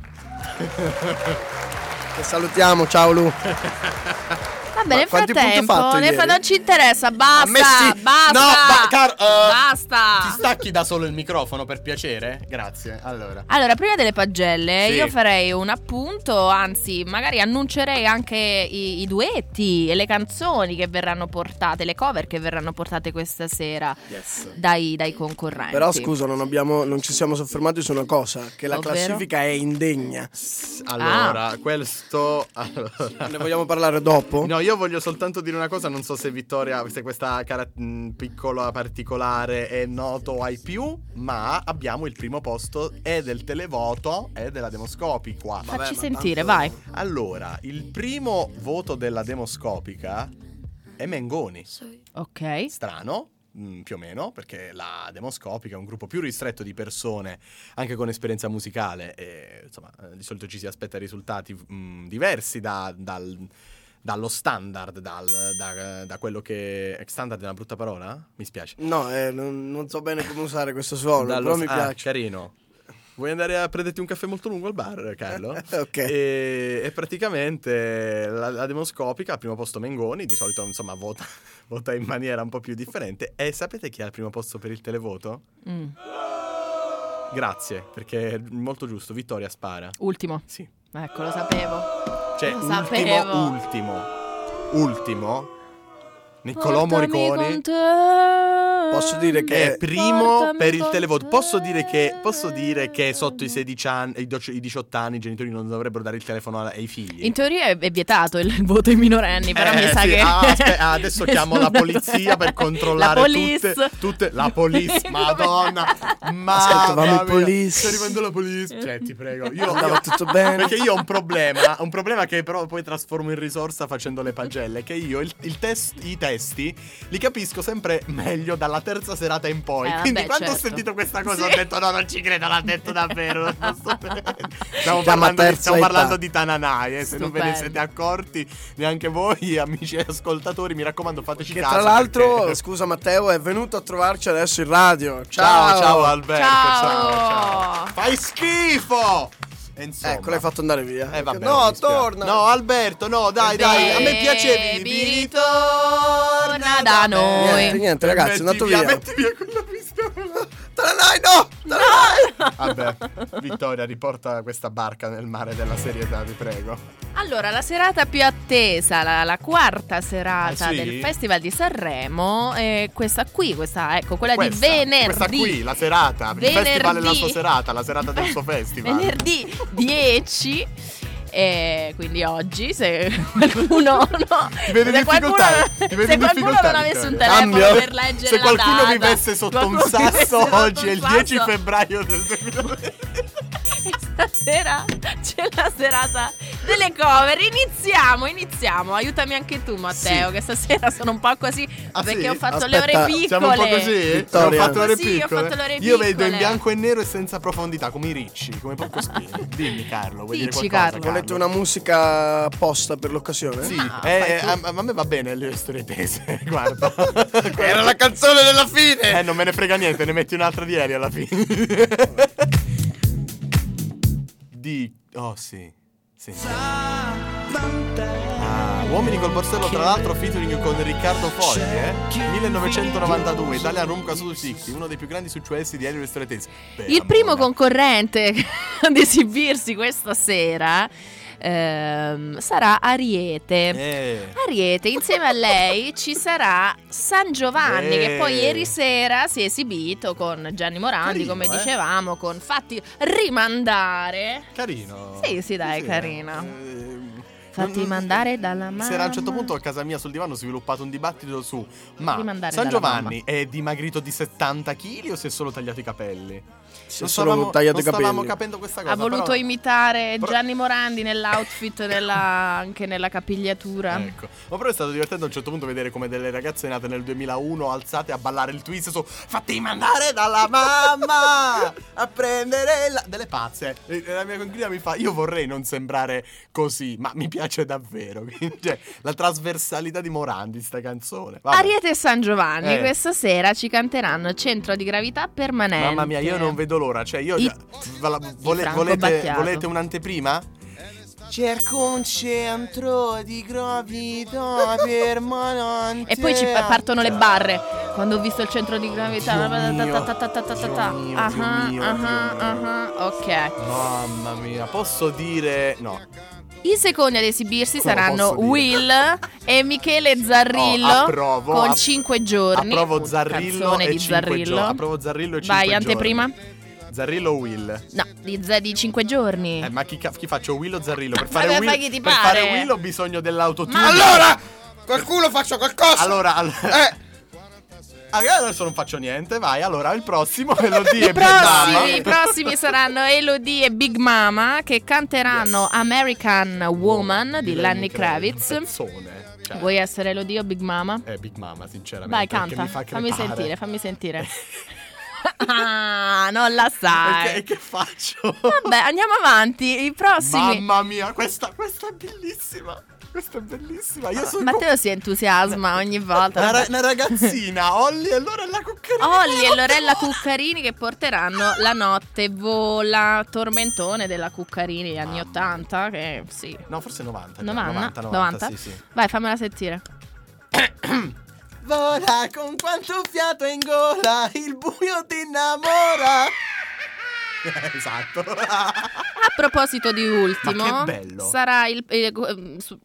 Che salutiamo, ciao Lu. Vabbè, nel quanti punti hai frattempo, fatto nel ieri? frattempo non ci interessa, A me basta, sì. basta. No, ba- Car- uh, basta. Ti stacchi da solo il microfono per piacere? Grazie. Allora. Allora, prima delle pagelle, Sì. io farei un appunto, anzi, magari annuncerei anche i, i duetti e le canzoni che verranno portate, le cover che verranno portate questa sera Yes. dai, dai concorrenti. Però scusa, non, abbiamo, non ci siamo soffermati su una cosa, che la Ovvero? classifica è indegna. Allora, Ah. questo. Allora. Ne vogliamo parlare dopo? No, io voglio soltanto dire una cosa, non so se Vittoria, se questa cara- mh, piccola particolare è noto ai più, ma abbiamo il primo posto e del televoto e della Demoscopica. Vabbè, Facci ma sentire, tanto- vai. Allora, il primo voto della Demoscopica è Mengoni. Ok. Strano, mh, più o meno, perché la Demoscopica è un gruppo più ristretto di persone, anche con esperienza musicale, e insomma, eh, di solito ci si aspetta risultati mh, diversi da- dal, dallo standard, dal, da, da quello che... Standard è una brutta parola? Mi spiace. No, eh, non, non so bene come usare questo suono, Dallo- però mi ah, piace. carino. Vuoi andare a prenderti un caffè molto lungo al bar, Carlo? Ok. E, e praticamente la, la Demoscopica, al primo posto Mengoni, di solito insomma vota, vota in maniera un po' più differente. E sapete chi è al primo posto per il televoto? Mm. Grazie, perché è molto giusto, Vittoria Spara. Ultimo. Sì. Ecco, lo sapevo. Cioè, Lo ultimo, sapevo. ultimo, ultimo, Niccolò Portami Morricone. con te. Posso dire che- È primo Portami per il con televoto. te. Posso dire che Posso dire che sotto i sedici anni, i doc- i diciotto anni, i genitori non dovrebbero dare il telefono a- ai figli. In teoria è, è vietato il, il voto ai minorenni, però Eh, mi sa sì. che Ah, aspe- ah, adesso chiamo la polizia per controllare La police. tutte, tutte la police. Madonna, mamma Aspettavamo mia. il police. Sta arrivando la police. Cioè, ti prego. Io, Andava io- tutto bene. Perché io ho un problema, un problema che però poi trasformo in risorsa facendo le pagelle. Che io il, il test, i testi li capisco sempre meglio dalla terza serata in poi. Eh, vabbè, Quindi quando ho certo. sentito questa cosa Sì. ho detto no, non ci credo, l'ha detto davvero. Non posso credere. Stiamo chiama parlando, di, terza stiamo età. parlando di Tananai, eh, se non ve ne Stupendo. siete accorti neanche voi, amici ascoltatori, mi raccomando fateci Che caso. tra l'altro, perché- scusa Matteo, è venuto a trovarci adesso in radio. Ciao, Ciao, ciao Alberto, Ciao. ciao, ciao. Fai schifo! E insomma, Ecco, l'hai fatto andare via. Eh, vabbè, no, mi spiace. torna. No, Alberto, no, dai, dai, a me piacevi. Baby, ritorna da noi. Niente, niente, ragazzi, è Metti andato via. Metti via quella pistola. Tananai, no! Vabbè, Vittoria, riporta questa barca nel mare della serietà, ti prego. Allora, la serata più attesa, la, la quarta serata Ah, sì? del Festival di Sanremo, è questa qui, questa, ecco, quella Questa, di venerdì. Questa qui, la serata. Il Venerdì. festival è la sua serata, la serata del suo festival. Venerdì dieci. E quindi oggi, se qualcuno no, Ti vedo in se qualcuno, difficoltà, ti vedo se in qualcuno difficoltà, non avesse un Vittoria. telefono Cambio? per leggere Se la qualcuno data, vivesse sotto un qualcuno vivesse sasso sotto oggi è un il dieci sasso, febbraio del duemilaventi. stasera c'è la serata delle cover. Iniziamo, iniziamo. Aiutami anche tu, Matteo, Sì. che stasera sono un po' così Ah, perché sì? ho fatto Aspetta, le ore piccole. Siamo un po' così? Vittoria. Ho fatto le ore Sì, ho piccole. fatto le ore Io vedo piccole. in bianco e nero e senza profondità, come i ricci, come Porco Spino. Dimmi Carlo, vuoi Dici, dire qualcosa? Carlo. Volete una musica apposta per l'occasione? Sì, Ah, eh, fai eh, tu. a, a me va bene le storie tese, guarda. Era la canzone della fine! Eh, non me ne frega niente, ne metti un'altra di ieri alla fine. Di... Oh, sì. Sì. Ah, Uomini col borsello, tra l'altro featuring con Riccardo Fogli, eh? millenovecentonovantadue, Italian Room Casual sessanta, uno dei più grandi successi di Elio e Storie Tese. Beh, Il primo amore. concorrente ad esibirsi questa sera ehm, sarà Ariete. Eh. Ariete, insieme a lei ci sarà San Giovanni, Eh. che poi ieri sera si è esibito con Gianni Morandi, Carino, come eh. dicevamo, con Fatti rimandare. Carino. Sì, sì, dai, eh. carino. Eh, Fatti Non- mandare dalla mamma. Si era a un certo punto a casa mia sul divano sviluppato un dibattito su ma Rimandare San dalla Giovanni è dimagrito di settanta chili o si è solo tagliato i capelli? Si è Non solo stavamo, tagliato non i capelli. stavamo capendo questa cosa. Ha voluto però- imitare però- Gianni Morandi nell'outfit, nella, anche nella capigliatura. Ecco. Ma però è stato divertente a un certo punto vedere come delle ragazze nate nel duemilauno alzate a ballare il twist su fatti mandare dalla mamma a prendere la... delle pazze. E la mia coinquilina mi fa io vorrei non sembrare così, ma mi piace davvero. Quindi, cioè, la trasversalità di Morandi sta canzone. Vabbè. Ariete e San Giovanni Eh. questa sera ci canteranno Centro di Gravità Permanente. Mamma mia, io non vedo l'ora. Cioè, io. I- ve la- vole- Franco volete, Battiato. volete un'anteprima? Cerco un centro di gravità permanente. E poi ci pa- partono le barre. Quando ho visto il centro di gravità. Dio mio, ta ta ta ta ta ta Dio ta. mio, Ah, Dio ah, mio, ah, Dio mio. ah, ah. Ok. Mamma mia, posso dire. No. I secondi ad esibirsi Come saranno posso dire? Will e Michele Zarrillo. Oh, approvo, con app- cinque giorni. Approvo Zarrillo Canzone e di cinque Zarrillo. giorni. Approvo Zarrillo e cinque Vai, giorni. anteprima? Zarrillo o Will? No, di, Z- di cinque giorni. Eh, ma chi, ca- chi faccio? Will o Zarrillo? Per Fai- fare fai Will, chi ti per pare. fare Will ho bisogno dell'autotune. Ma Allora, qualcuno faccia qualcosa. Allora, allora. Eh. Ah, adesso non faccio niente, vai. Allora, il prossimo Elodie I e Big Mama. prossimi, i prossimi saranno Elodie e Big Mama che canteranno American Woman di Lenny Kravitz. Un pezzone, cioè. Vuoi essere Elodie o Big Mama? Eh, Big Mama, sinceramente. Vai, perché canta. mi fa Fammi crepare. sentire, fammi sentire. Ah, non la sai. E che, che faccio? Vabbè, andiamo avanti. I prossimi. Mamma mia, questa, questa è bellissima. Questa è bellissima. Io sono Matteo si entusiasma ogni volta. una, ra- una ragazzina, Olli e Lorella Cuccarini. Olli e Lorella Cuccarini che porteranno La notte vola, tormentone della Cuccarini degli anni ottanta, che sì. No, forse novanta. novanta? novanta, novanta? sì, sì. Vai, fammela sentire. Vola con quanto fiato in gola, il buio ti innamora. Esatto. A proposito di ultimo, Ma che bello. sarà il eh, eh, su-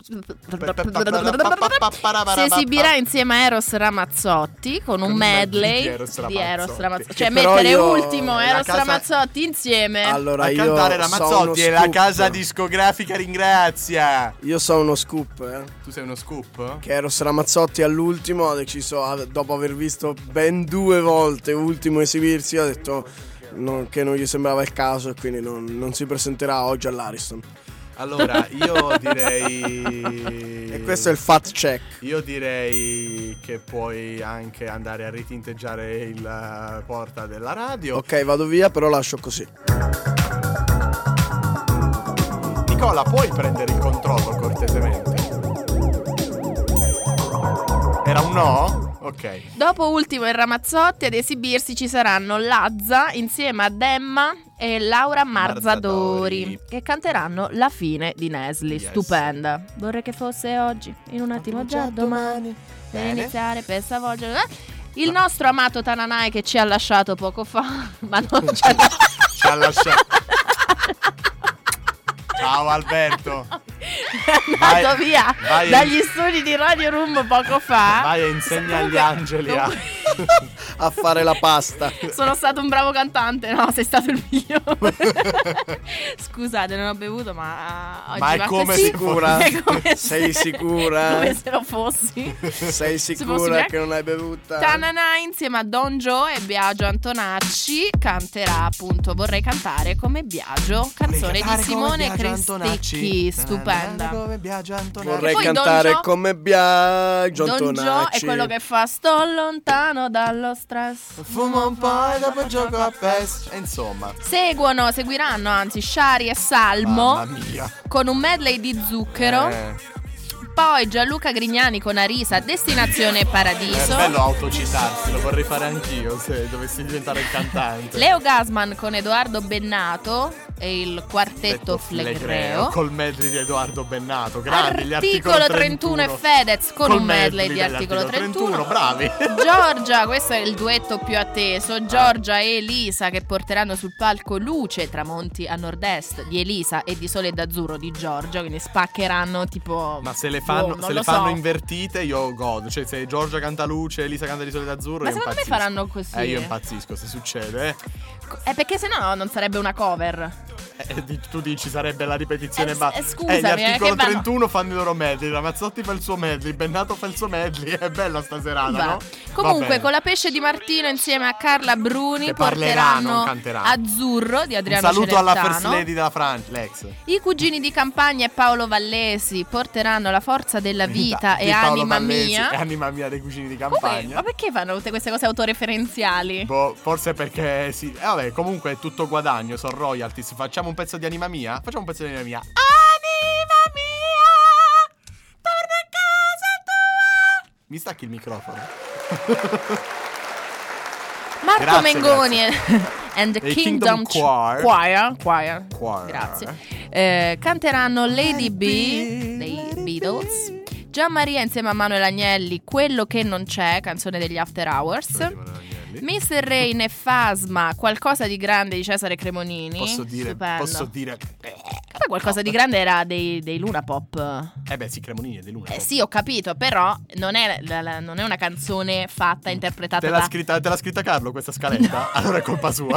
si esibirà insieme a Eros Ramazzotti con un Con medley di Eros di Eros Ramazzotti. Ramazzotti. Cioè Che però mettere io- ultimo la Eros casa- Ramazzotti insieme. Allora A io cantare so uno Ramazzotti e la scoop. casa discografica ringrazia. Io so uno scoop, eh. Tu sei uno scoop? Che Eros Ramazzotti all'ultimo ha deciso, ah, dopo aver visto ben due volte Ultimo esibirsi, ha detto non- che non gli sembrava il caso e quindi non, non si presenterà oggi all'Ariston. Allora, io direi. E questo è il fact check. Io direi che puoi anche andare a ritinteggiare il eh, porta della radio. Ok, vado via, però lascio così. Nicola, puoi prendere il controllo cortesemente? Era un no? Ok. Dopo ultimo e Ramazzotti ad esibirsi ci saranno Lazza insieme a Demma e Laura Marzadori, Marzadori. che canteranno La fine di Nesli. Yes. Stupenda. Vorrei che fosse oggi, in un attimo già domani, per Bene. iniziare per stravolgere. eh? Il nostro amato Tananai che ci ha lasciato poco fa, ma non ci ha Ci ha lasciato. Ciao Alberto. è andato Vai- via vai- dagli studi di Radio Room poco fa. Vai e insegna agli Comunque- angeli a... A fare la pasta. Sono stato un bravo cantante, no, sei stato il migliore. Scusate, non ho bevuto, ma uh, oggi Ma è va come così. sicura? È come se- Sei sicura? Come se lo fossi. Sei Se fossi sicura me- che non hai bevuta? Tanana insieme a Don Joe e Biagio Antonacci canterà appunto Vorrei cantare come Biagio, canzone di Simone Cristicchi, stupenda. Come Biagio Antonacci. Vorrei poi Don cantare Gio- come Biagio Don Joe Antonacci. è quello che fa sto lontano dallo stress. Fumo un po' e dopo gioco a P E S. E insomma. Seguono, seguiranno anzi Shari e Salmo Mamma mia. con un medley di Zucchero. Eh, Poi Gianluca Grignani con Arisa, Destinazione è Paradiso. bello autocitarsi, lo vorrei fare anch'io se dovessi diventare il cantante. Leo Gasman con Edoardo Bennato e il quartetto Flegreo. Col medley di Edoardo Bennato. Grandi gli Articolo articolo trentuno e Fedez con Col un medley medley di degli Articolo Articolo trentuno. bravi. Giorgia, questo è il duetto più atteso. Giorgia e Elisa che porteranno sul palco Luce, Tramonti a nord-est di Elisa e di Sole d'Azzurro di Giorgia. Quindi spaccheranno tipo. Ma se le fanno, boh, non se lo le fanno so. invertite io godo. Cioè se Giorgia canta luce, Elisa canta di Sole d'Azzurro, Ma io secondo me impazzisco. faranno così. Eh io impazzisco se succede eh. Eh, perché sennò non sarebbe una cover. Eh, di- tu dici sarebbe la ripetizione Eh, ma eh, scusami, eh, gli eh, articolo che vanno- trentuno fanno i loro medley, Ramazzotti fa il suo medley, Bennato fa il suo medley. È bella sta serata, Va. no? Comunque, Vabbè. con la pesce di Martino insieme a Carla Bruni Che parlerà, non porteranno canterà. Azzurro di Un Adriano saluto alla Celentano. First Lady della Francia, l'ex. I cugini di Campagna e Paolo Vallesi porteranno La forza della vita Di e Paolo Anima Vallesi mia. E Anima mia dei cugini di Come? Campagna. Ma perché fanno tutte queste cose autoreferenziali? Boh, forse perché sì. Eh, vabbè, comunque è tutto guadagno, sono royalties. Facciamo un pezzo di Anima mia? Facciamo un pezzo di Anima mia. Anima mia, torna a casa tua. Mi stacchi il microfono. Marco Grazie, Mengoni and the E Kingdom, Kingdom Choir. Choir, Choir. Choir. Grazie. Eh, canteranno Lady B dei Beatles. Gianmaria insieme a Manuel Agnelli, Quello che non c'è, canzone degli After Hours. mister Rain e Fasma, Qualcosa di grande di Cesare Cremonini. Posso dire, Stupendo. posso dire. Poi qualcosa di grande era dei, dei Luna Pop. Eh beh, sì, Cremonini è di Luna. Eh sì, ho capito, però non è, la- la- non è una canzone fatta, interpretata Te l'ha, da... scritta, te l'ha scritta Carlo questa scaletta? Allora è colpa sua.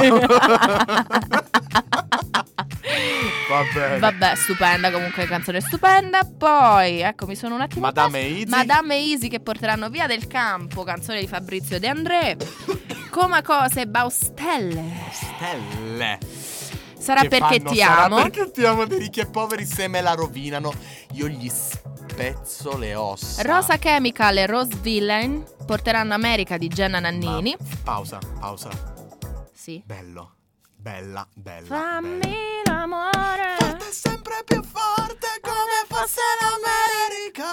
Va bene. Vabbè, stupenda, comunque canzone stupenda. Poi, ecco, mi sono un attimo Madame persa. Easy. Madame Easy che porteranno Via del Campo, canzone di Fabrizio De André. Comacose e Baustelle. Stelle. Sarà Che perché fanno, ti sarà amo. Perché ti amo dei ricchi e poveri, se me la rovinano io gli spezzo le ossa. Rosa Chemical e Rose Villain porteranno America di Gianna Nannini. Ma- pausa, pausa. Sì. Bello. Bella, bella. Fammi bella. l'amore. Forte sempre più forte come fosse l'America.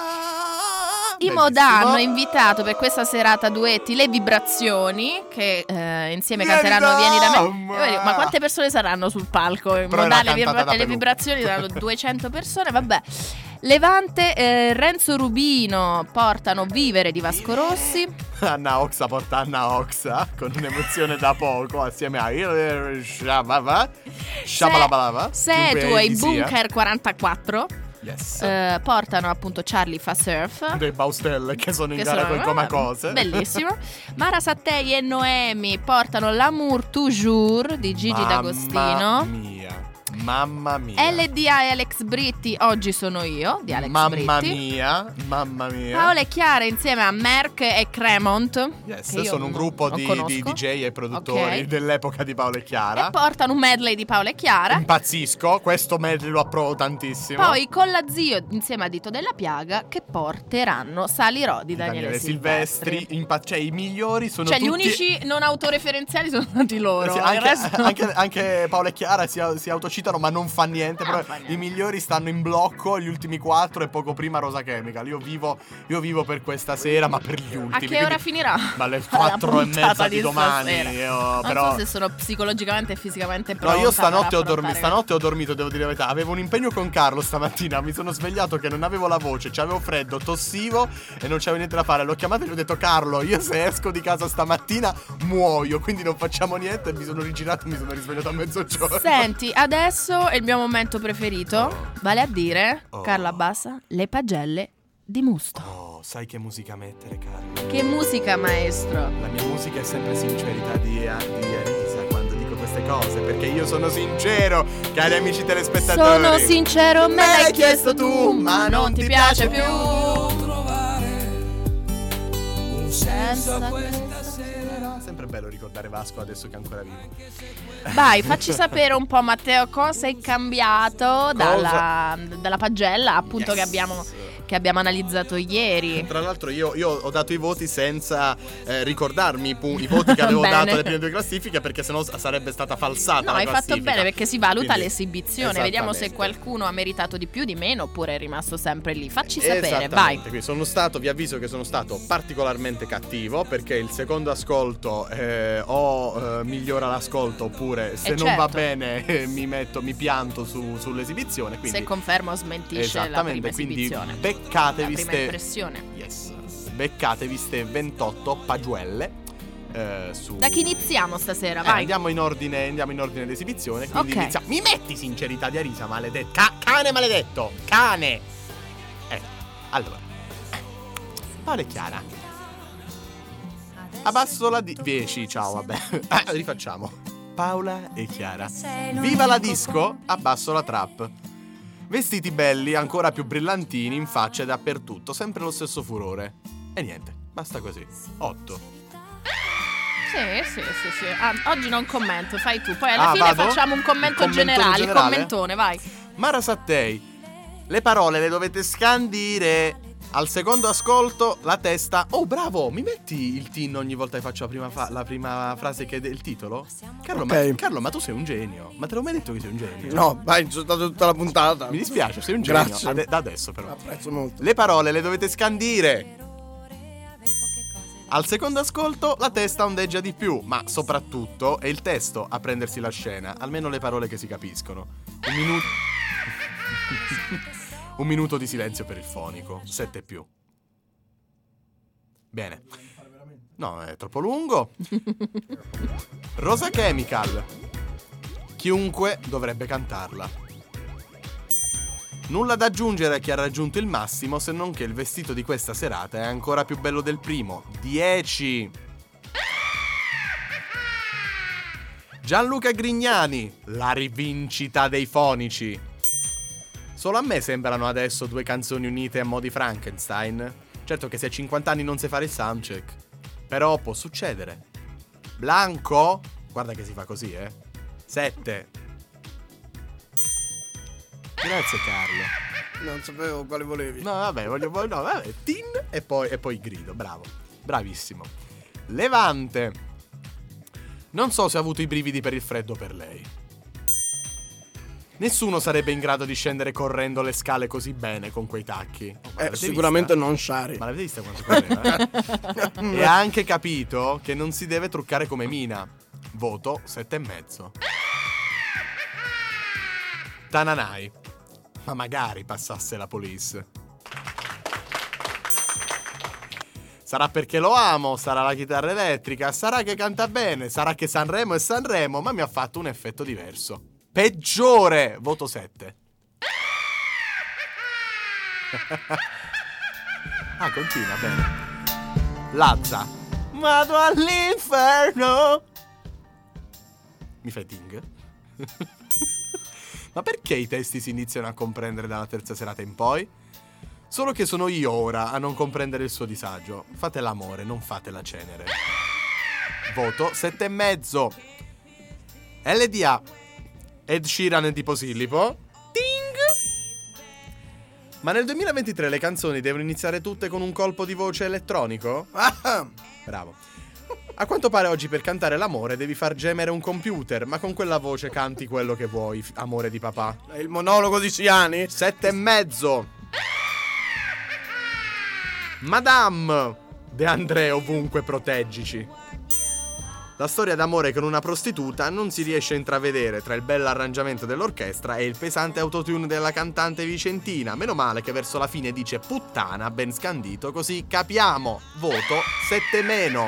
I Modà hanno invitato per questa serata duetti Le Vibrazioni, che eh, insieme Vieni canteranno da Vieni da me. me. Io dico, ma quante persone saranno sul palco? I Però Modà, era le, vibra- cantata da le Pelù. vibrazioni saranno duecento persone, vabbè. Levante, eh, Renzo Rubino portano Vivere di Vasco Rossi. Anna Oxa porta Anna Oxa con un'emozione da poco assieme a Shababa Shabalabalava. Setu e i Bunker quarantaquattro Yes. eh, portano appunto Charlie fa surf. Dei Baustelle che sono in Che gara sono- con Comacose. Bellissimo. Mara Sattei e Noemi portano L'amour toujours di Gigi Mamma D'Agostino. mia. Mamma mia. L D A e Alex Britti, Oggi sono io di Alex Mamma Britti. mia. Mamma mia. Paola e Chiara insieme a Merck e Cremont. Yes, che io sono un non- gruppo non di, conosco. di D J e produttori Ok. dell'epoca di Paolo e Chiara. E portano un medley di Paola e Chiara. Impazzisco, questo medley lo approvo tantissimo. Poi con la Zio insieme a Dito della Piaga che porteranno Salirò di Daniele, Daniele Silvestri. Silvestri, impa- cioè i migliori sono Cioè tutti. gli unici non autoreferenziali sono stati loro. Sì, Il anche, resto- anche, anche Paolo e Chiara si, si autocitano, ma non fa niente. Però fa niente. i migliori stanno in blocco, gli ultimi quattro e poco prima Rosa Chemical. Io vivo, io vivo per questa sera, ma per gli ultimi. A che quindi- ora finirà? Ma alle La quattro e puntata mezza di domani. stasera. Io, Non però. so se sono psicologicamente e fisicamente No, pronta. io stanotte per ho, dormi- affrontare- stanotte ho dormito, devo dire la verità. Avevo un impegno con Carlo stamattina. Mi sono svegliato che non avevo la voce, c'avevo freddo, tossivo e non c'avevo niente da fare. L'ho chiamato e gli ho detto: Carlo, io se esco di casa stamattina muoio, quindi non facciamo niente. E mi sono rigirato e mi sono risvegliato a mezzogiorno. Senti, adesso è il mio momento preferito, vale a dire, Oh. Carlo Abbassa, Le pagelle di Musto. Oh, sai che musica mettere, Carlo? Che musica, maestro! La mia musica è sempre sincerità di, di Arisa quando dico queste cose, perché io sono sincero, cari amici telespettatori. Sono sincero, me l'hai chiesto tu, ma non ti piace più. Senza questa sera. Sempre bello ricordare Vasco adesso che è ancora vivo. Vai, facci sapere un po', Matteo, cosa è cambiato dalla, dalla pagella, appunto, Yes. che abbiamo che abbiamo analizzato ieri. Tra l'altro io, io ho dato i voti senza eh, ricordarmi i, pu- i voti che avevo Bene. dato alle prime due classifiche, perché sennò s- sarebbe stata falsata No, la hai fatto classifica. bene perché si valuta Quindi- l'esibizione. Vediamo se Esattamente. qualcuno ha meritato di più, di meno, oppure è rimasto sempre lì. Facci sapere, Esattamente, vai. quindi sono stato, vi avviso che sono stato particolarmente cattivo, perché il secondo ascolto eh, o eh, migliora l'ascolto, oppure se Eh, non va certo. bene eh, mi metto, mi pianto su- sull'esibizione. Quindi, Se conferma o smentisce la prima esattamente, quindi esibizione. beccatevi La prima ste impressione. yes, beccatevi ste ventotto pagiuelle. eh, su... Da chi iniziamo stasera? Eh, Vai. andiamo in ordine, andiamo in ordine d'esibizione. Quindi Ok. iniziamo. Mi metti sincerità di Arisa, maledetto. Ca- cane maledetto. Cane. Eh, allora. Paolo e Chiara. Abbasso la di... dieci, ciao, vabbè. Eh, rifacciamo. Paola e Chiara. Viva la disco, abbasso la trap. Vestiti belli, ancora più brillantini, in faccia e dappertutto, sempre lo stesso furore. E niente, basta così. otto. Sì, sì, sì, sì. Ah, oggi non commento, fai tu. Poi alla Ah, fine vado? facciamo un commento Il commentone generale, il generale? commentone, vai. Mara Sattei, le parole le dovete scandire. Al secondo ascolto la testa. Oh, bravo, mi metti il tin ogni volta che faccio la prima, fa- la prima frase che è del titolo? Carlo, Ok. ma, Carlo, ma tu sei un genio. Ma te l'ho mai detto che sei un genio? No, vai, sono stato tutta la puntata. Mi dispiace, sei un genio. Grazie. Ade- da adesso però. Apprezzo molto. Le parole le dovete scandire. Al secondo ascolto la testa ondeggia di più, ma soprattutto è il testo a prendersi la scena, almeno le parole che si capiscono. Un minuto Un minuto di silenzio per il fonico, sette più. Bene. No, è troppo lungo. Rosa Chemical. Chiunque dovrebbe cantarla. Nulla da aggiungere a chi ha raggiunto il massimo, se non che il vestito di questa serata è ancora più bello del primo. dieci. Gianluca Grignani, la rivincita dei fonici. Solo a me sembrano adesso due canzoni unite a mo' di Frankenstein. Certo che se a cinquanta anni non sai fare il soundcheck, però può succedere. Blanco, guarda che si fa così, eh. sette. Grazie Carlo. Non sapevo quale volevi. No, vabbè, voglio no, vabbè, tin e poi e poi grido, bravo. Bravissimo. Levante. Non so se ha avuto i brividi per il freddo per lei. Nessuno sarebbe in grado di scendere correndo le scale così bene con quei tacchi. Oh, ma Eh, l'avete sicuramente vista? non Shari. Ma l'avete vista quanto correva? eh? E ha anche capito che non si deve truccare come Mina. Voto sette e mezzo. Tananai. Ma magari passasse la police. Sarà perché lo amo, sarà la chitarra elettrica, sarà che canta bene, sarà che Sanremo è Sanremo, ma mi ha fatto un effetto diverso. Peggiore! Voto sette. Ah, continua, bene. Lazza. Vado all'inferno. Mi fai ting? Ma perché i testi si iniziano a comprendere dalla terza serata in poi? Solo che sono io ora a non comprendere il suo disagio. Fate l'amore, non fate la cenere. Voto sette e mezzo. L D A. Ed Sheeran e tipo Sillipo. Ting! Ma nel duemilaventitré le canzoni devono iniziare tutte con un colpo di voce elettronico? Ah, Bravo. A quanto pare oggi per cantare l'amore devi far gemere un computer, ma con quella voce canti quello che vuoi, f- amore di papà. è il monologo di Siani? Sette e mezzo. Madame De André ovunque proteggici. La storia d'amore con una prostituta non si riesce a intravedere tra il bell'arrangiamento dell'orchestra e il pesante autotune della cantante vicentina. Meno male che verso la fine dice puttana ben scandito, così capiamo. Voto sette meno.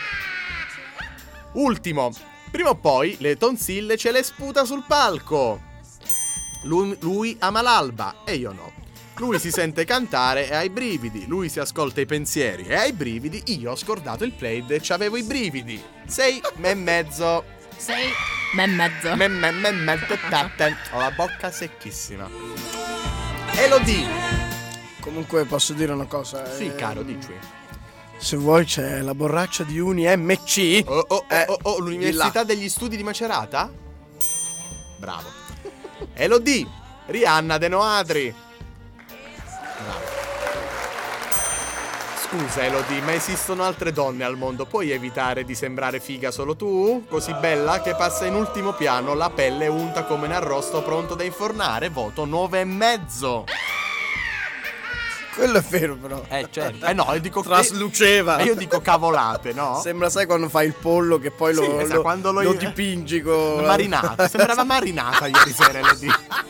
Ultimo. Prima o poi le tonsille ce le sputa sul palco. Lui, lui ama l'alba e io no. Lui si sente cantare e ha i brividi. Lui si ascolta i pensieri e ha i brividi. Io ho scordato il plaid e c'avevo i brividi. Sei e mezzo. Sei me e mezzo. Me, me, me, mezzo tatten. Ho la bocca secchissima. Elodie. Comunque posso dire una cosa? Sì, eh, caro, dici. Se vuoi c'è la borraccia di Uni M C. Oh, oh, oh, Eh, oh, oh, l'Università degli Studi di Macerata? Bravo. Elodie. Rihanna De Noadri. Bravo. Scusa Elodie, ma esistono altre donne al mondo? Puoi evitare di sembrare figa solo tu? Così bella che passa in ultimo piano, la pelle unta come un arrosto pronto da infornare. Voto nove e mezzo. Quello è vero però. Eh certo. Eh no, io dico Trasluceva. Eh, io dico cavolate, no? Sembra, sai, quando fai il pollo che poi lo, Sì, esatto, lo, quando lo- lo dipingi con... Marinata, sembrava marinata ieri sera Elodie.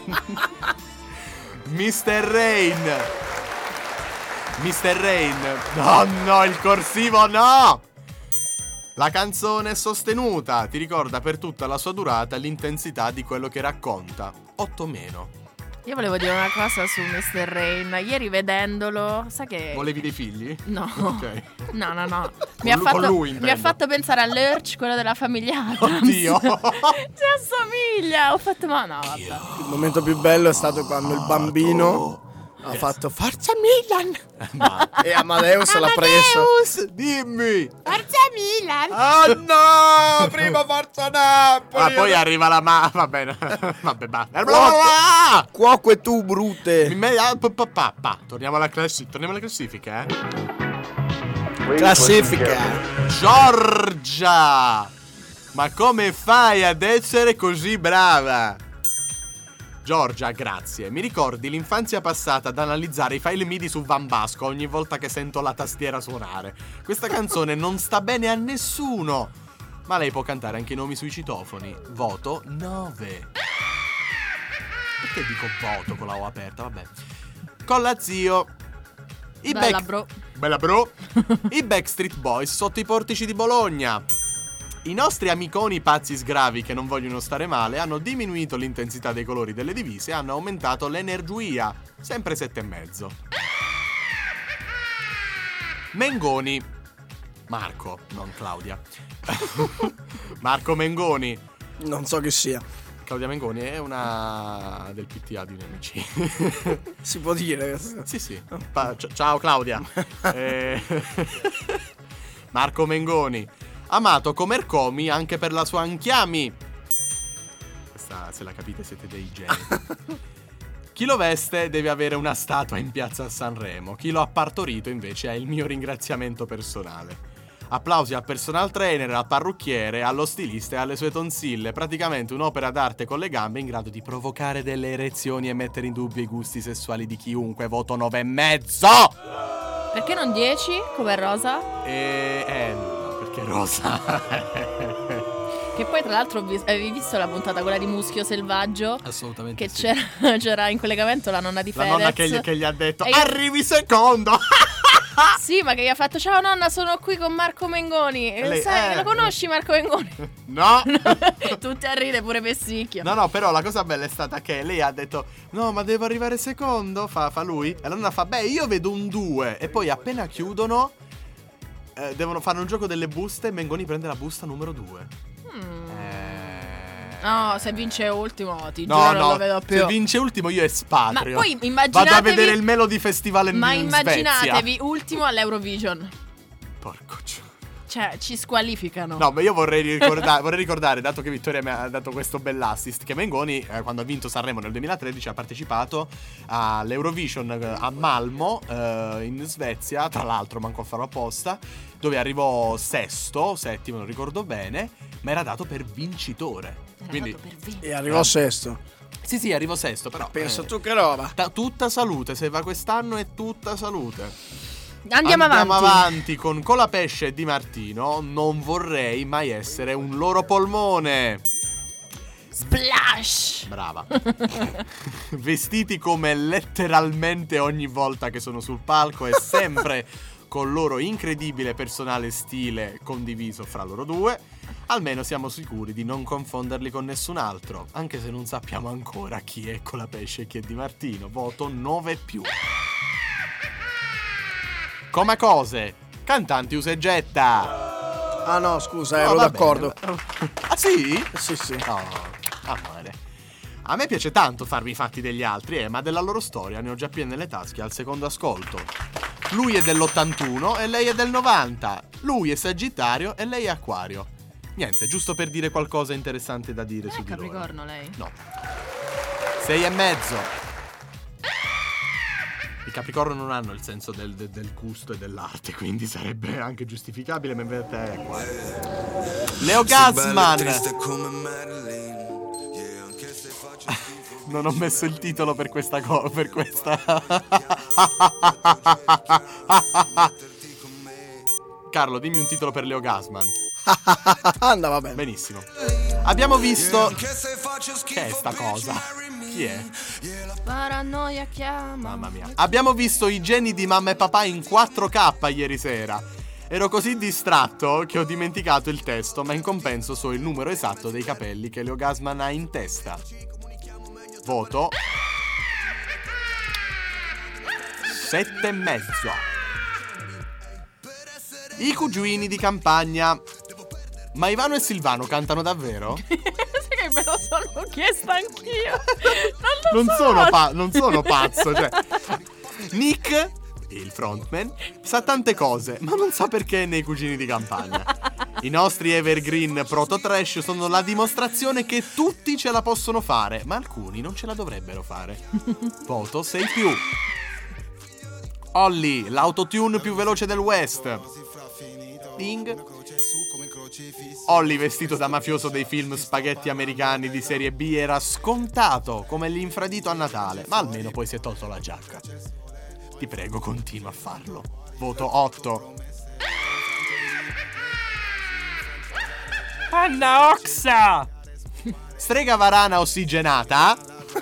mister Rain. mister Rain. No, no, il corsivo no! La canzone è sostenuta, ti ricorda per tutta la sua durata l'intensità di quello che racconta. otto meno. Io volevo dire una cosa su mister Rain. Ieri vedendolo, sai che... Volevi dei figli? No. Ok. No, no, no. Con Mi ha, lui- con fatto, lui, mi ha intendo. fatto pensare all'Urch, quello della famiglia Addams. Oddio. Si assomiglia. Ho fatto, ma no, vabbè. Il momento più bello è stato quando il bambino ha fatto Forza Milan e Amadeus l'ha preso. Dimmi. Forza Milan. Oh no, prima Forza Napoli. Ah, poi arriva la ma... Va bene. Vabbè, basta. Cuoco. Cuoco e tu, brute. Me- ah, pa- pa- pa- pa. Torniamo alla classi- torniamo alla classifica, eh. Classifica. Giorgia! Ma come fai ad essere così brava? Giorgia, grazie. Mi ricordi l'infanzia passata ad analizzare i file MIDI su Van Basco ogni volta che sento la tastiera suonare. Questa canzone non sta bene a nessuno. Ma lei può cantare anche i nomi sui citofoni. Voto nove. Perché dico voto con la O aperta? Vabbè. Con la zio. I Bella, back- bro. Bella bro. I Backstreet Boys sotto i portici di Bologna. I nostri amiconi pazzi sgravi che non vogliono stare male hanno diminuito l'intensità dei colori delle divise e hanno aumentato l'energia, sempre sette e mezzo. Mengoni. Marco, non Claudia. Marco Mengoni. Non so chi sia. Claudia Mengoni è una del P T A di Nemici. Si può dire. Sì, sì. Pa- c- ciao Claudia. Eh, Marco Mengoni. Amato come Ercomi anche per la sua Anchiami. Questa, se la capite, siete dei geni. Chi lo veste deve avere una statua in piazza a Sanremo. Chi lo ha partorito invece ha il mio ringraziamento personale. Applausi al personal trainer, al parrucchiere, allo stilista e alle sue tonsille. Praticamente un'opera d'arte con le gambe in grado di provocare delle erezioni e mettere in dubbio i gusti sessuali di chiunque. Voto nove e mezzo. Perché non dieci come Rosa? E... eh, no, perché rosa. Che poi tra l'altro vi- avevi visto la puntata quella di Muschio Selvaggio? Assolutamente Che sì. c'era, c'era in collegamento la nonna di La Fedez. nonna che gli, che gli ha detto E io- arrivi secondo. Sì, ma che gli ha fatto ciao nonna, sono qui con Marco Mengoni. E Lei- sai, eh. lo conosci Marco Mengoni? No. Tutti a ridere, pure Pessicchio. No, no, però la cosa bella è stata che lei ha detto no, ma devo arrivare secondo, fa, fa lui. E la nonna fa, beh, io vedo un due. E poi appena chiudono eh, devono fare un gioco delle buste e Mengoni prende la busta numero due. Mm. Eh... No, se vince ultimo ti No, giuro non no, lo vedo più. se vince ultimo io espatrio. Ma poi Vado immaginatevi a vedere il Melody Festival in Ma in immaginatevi Svezia. ultimo all'Eurovision. Porco cio- Cioè, ci squalificano. No, ma io vorrei ricordare, vorrei ricordare, dato che Vittoria mi ha dato questo bell'assist, che Mengoni, eh, quando ha vinto Sanremo nel duemilatredici, ha partecipato all'Eurovision eh, a Malmo, eh, in Svezia, tra l'altro manco a farlo apposta, dove arrivò sesto, settimo, non ricordo bene, ma era dato per vincitore. Era Quindi, dato per vinto. E arrivò sesto. sì, sì, arrivò sesto, però... Pensa eh, tu che roba. ta- tutta salute, se va quest'anno è tutta salute. Andiamo, Andiamo avanti. avanti con Colapesce e Di Martino. Non vorrei mai essere un loro polmone. Splash. Brava. Vestiti come letteralmente ogni volta che sono sul palco e sempre con loro incredibile personale stile condiviso fra loro due. Almeno siamo sicuri di non confonderli con nessun altro, anche se non sappiamo ancora chi è Colapesce e chi è Di Martino. Voto nove più. Come cose, cantanti usa e getta. Ah no, scusa, No, ero va d'accordo. bene. Ah sì? Sì, sì. No, amore. A me piace tanto farmi i fatti degli altri, eh, ma della loro storia ne ho già piene le tasche al secondo ascolto. Lui è dell'ottantuno e lei è del novanta. Lui è Sagittario e lei è Acquario. Niente, giusto per dire qualcosa interessante da dire Non su è di loro. Capricorno lei? No. Sei e mezzo. I Capricorno non hanno il senso del, del- del gusto e dell'arte, quindi sarebbe anche giustificabile, ma invece è Acquario. Leo Gassman. Non ho messo il titolo per questa cosa, per questa. Carlo, dimmi un titolo per Leo Gassman. Andava bene. Benissimo. Abbiamo visto. Che è sta cosa? Chi è? Paranoia chiama. Mamma mia. Abbiamo visto i geni di mamma e papà in quattro K ieri sera. Ero così distratto che ho dimenticato il testo, ma in compenso so il numero esatto dei capelli che Leo Gassman ha in testa. Voto sette e mezzo. I cugini di campagna. Ma Ivano e Silvano cantano davvero? Sai che me lo sono chiesta anch'io. Non, lo Non so. sono, pa- non sono pazzo, cioè. Nick, il frontman, sa tante cose, ma non sa perché nei cugini di campagna. I nostri evergreen proto trash sono la dimostrazione che tutti ce la possono fare, ma alcuni non ce la dovrebbero fare. Voto sei più. Olly, l'autotune più veloce del West. Ding. Olly vestito da mafioso dei film spaghetti americani di serie B era scontato come l'infradito a Natale, ma almeno poi si è tolto la giacca. Ti prego, continua a farlo. Voto otto. Anna Oxa! Strega varana ossigenata.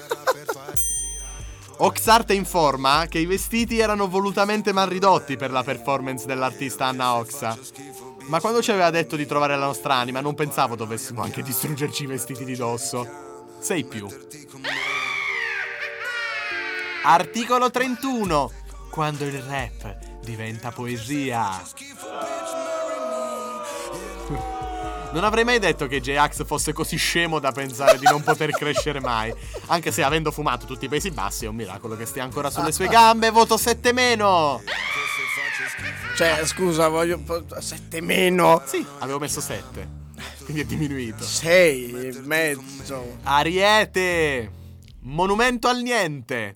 Oxarte informa che i vestiti erano volutamente mal ridotti per la performance dell'artista Anna Oxa. Ma quando ci aveva detto di trovare la nostra anima, non pensavo dovessimo anche distruggerci i vestiti di dosso. sei più. Articolo trentuno. Quando il rap diventa poesia. Non avrei mai detto che J-Ax fosse così scemo da pensare di non poter crescere mai. Anche se avendo fumato tutti i Paesi Bassi è un miracolo che stia ancora sulle sue gambe. Voto sette meno. Cioè, scusa, voglio... sette meno? Sì, avevo messo sette. Quindi è diminuito. sei e mezzo. Ariete. Monumento al niente.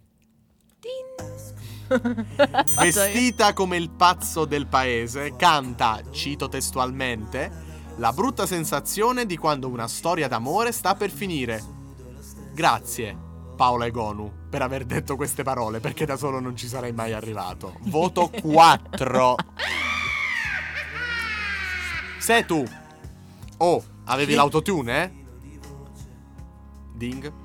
Vestita come il pazzo del paese, canta, cito testualmente, la brutta sensazione di quando una storia d'amore sta per finire. Grazie, Paola Egonu, per aver detto queste parole, perché da solo non ci sarei mai arrivato. Voto quattro. Sei tu. Oh, avevi Sì. l'autotune, eh? Ding.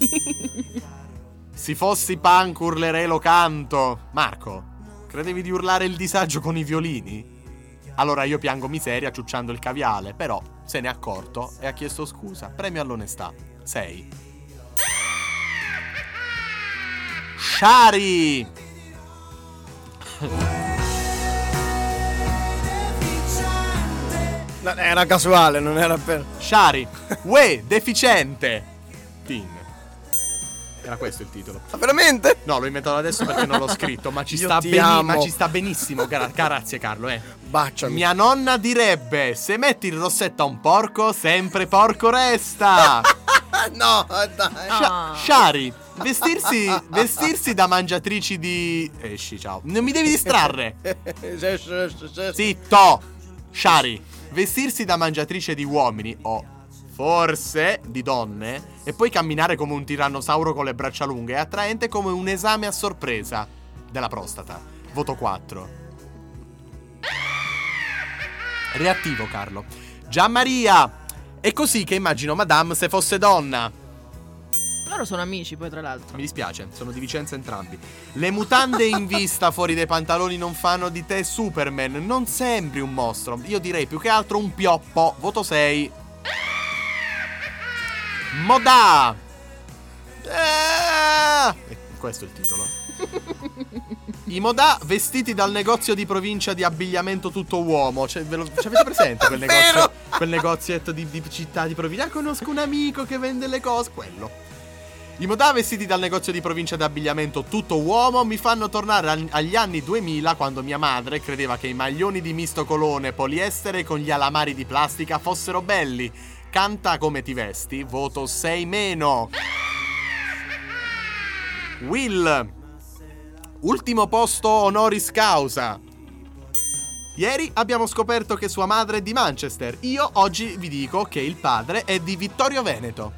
Se fossi punk urlerei lo canto. Marco, credevi di urlare il disagio con i violini? Allora io piango miseria ciucciando il caviale, però se ne è accorto e ha chiesto scusa. Premio all'onestà. sei. Shari. No, era casuale, non era per... Shari. Uè, deficiente. Tin. Era questo il titolo. Ma veramente? No, l'ho inventato adesso perché non l'ho scritto, ma ci Io sta ti beni- amo. ma ci sta benissimo. Gra- grazie Carlo, eh. Baciami. Mia nonna direbbe: se metti il rossetto a un porco, sempre porco resta. No, dai. Sha- Ah. Shari, vestirsi, vestirsi da mangiatrici di... Esci, ciao. Non mi devi distrarre. Zitto. Shari, vestirsi da mangiatrice di uomini o forse di donne e poi camminare come un tirannosauro con le braccia lunghe è attraente come un esame a sorpresa della prostata. Voto quattro. Reattivo Carlo. Gianmaria. È così che immagino Madame se fosse donna. Loro sono amici poi tra l'altro. Mi dispiace, sono di Vicenza entrambi. Le mutande in vista fuori dai pantaloni non fanno di te Superman. Non sembri un mostro. Io direi più che altro un pioppo. Voto sei. Modà. Ah! E questo è il titolo. I Modà vestiti dal negozio di provincia di abbigliamento tutto uomo. Cioè, ve lo ci avete presente quel negozio? Quel negozietto di, di città di provincia. Ah, conosco un amico che vende le cose. Quello. I Modà vestiti dal negozio di provincia di abbigliamento tutto uomo mi fanno tornare a- agli anni duemila, quando mia madre credeva che i maglioni di misto colone poliestere con gli alamari di plastica fossero belli. Canta come ti vesti. Voto sei meno. Will. Ultimo posto honoris causa. Ieri abbiamo scoperto che sua madre è di Manchester. Io oggi vi dico che il padre è di Vittorio Veneto.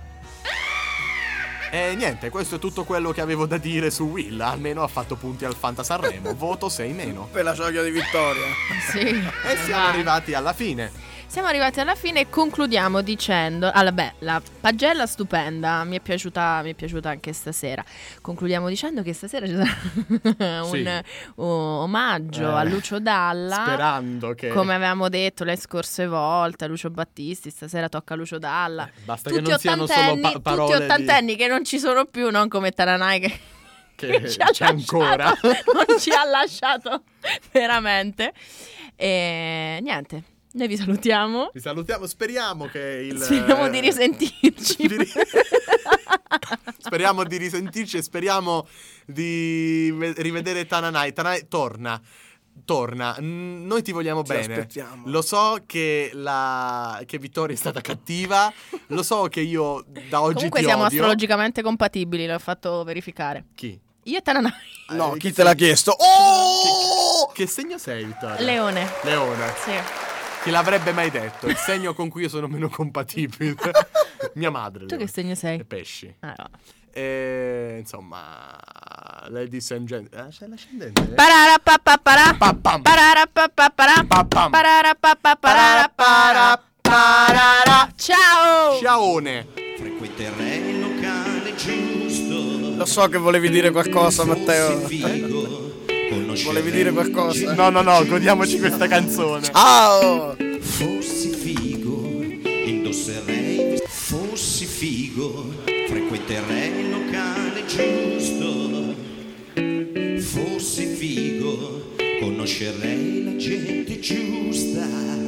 E niente, questo è tutto quello che avevo da dire su Will. Almeno ha fatto punti al Fanta Sanremo. Voto sei meno. Per la soglia di vittoria. Sì. E siamo Vai. arrivati alla fine. Siamo arrivati alla fine e concludiamo dicendo... Allora, beh, la pagella stupenda, mi è piaciuta, mi è piaciuta anche stasera. Concludiamo dicendo che stasera ci sarà un, Sì. un omaggio Eh, a Lucio Dalla. Sperando che... Come avevamo detto le scorse volte, a Lucio Battisti, stasera tocca a Lucio Dalla. Basta Tutti che non siano solo ottantenni, pa- parole tutti di- ottantenni che non ci sono più, non come Taranai che che ci ha c'è ancora. non ci ha lasciato veramente. E niente, noi vi salutiamo. Vi salutiamo, speriamo che il Speriamo di risentirci. di ri- speriamo di risentirci e speriamo di ve- rivedere Tananai. Tananai torna. Torna, N- noi ti vogliamo Ci bene. aspettiamo. Lo so che la che Vittoria è stata cattiva. Lo so che io da oggi Comunque ti siamo odio. astrologicamente compatibili, l'ho fatto verificare. Chi? Io e Tananai. No, Eh, chi che te l'ha sei- chiesto? Oh! Che segno sei, Vittoria? Leone. Leone. Sì. Chi l'avrebbe mai detto? Il segno con cui io sono meno compatibile. Mia madre. Tu che Leone. segno sei? E pesci. Ah, no. E insomma, ladies and gentlemen. Ah, c'è l'ascendente. eh? Pararapapapara. Pa-pam. Pararapapapara. Pa-pam. Pararapapapara. Parara. Ciao. Ciaone. Frequenterei il locale giusto. Lo so che volevi dire qualcosa, Matteo. Fossi figo, conoscerei Volevi dire qualcosa? No, no, no, godiamoci questa canzone. Ciao! Fossi figo, indosserei. Fossi figo, frequenterei il locale giusto. Fossi figo, conoscerei la gente giusta.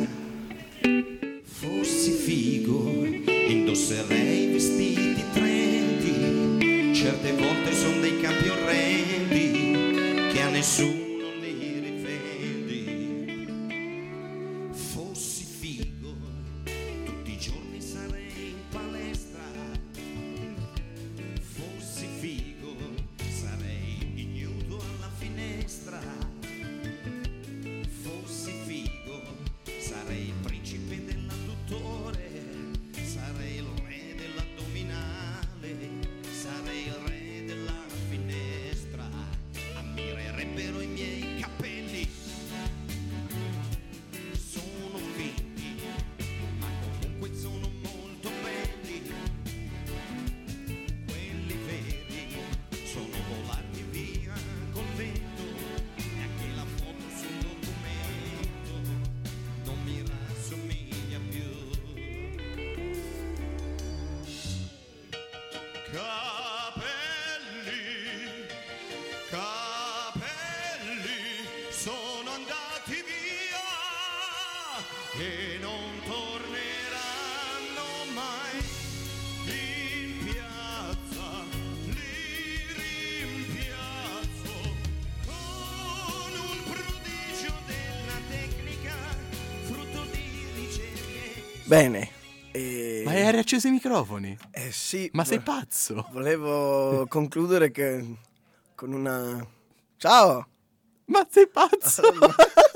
Fossi figo, indosserei vestiti trendy. Certe volte sono dei capi orrendi che a nessuno li rivendi. Fossi figo, tutti i giorni sarei in palestra. Fossi figo, sarei ignudo alla finestra. Fossi figo, sarei il principe dell'adduttore. Sarei il re dell'addominale. Sarei il re della finestra. Ammirerebbero i miei capelli. Sono finti, ma comunque sono molto belli. Quelli veri sono volati via col vento. E anche la foto sul documento non mi rassomiglia più. Capelli, capelli sono andati via e non torneranno mai. In piazza li rimpiazzo con un prodigio della tecnica, frutto di ricerche. Bene. E... Ma hai riacceso i microfoni? Eh sì. Ma sei vo- pazzo? Volevo concludere che con una... Ciao! Ma sei pazzo?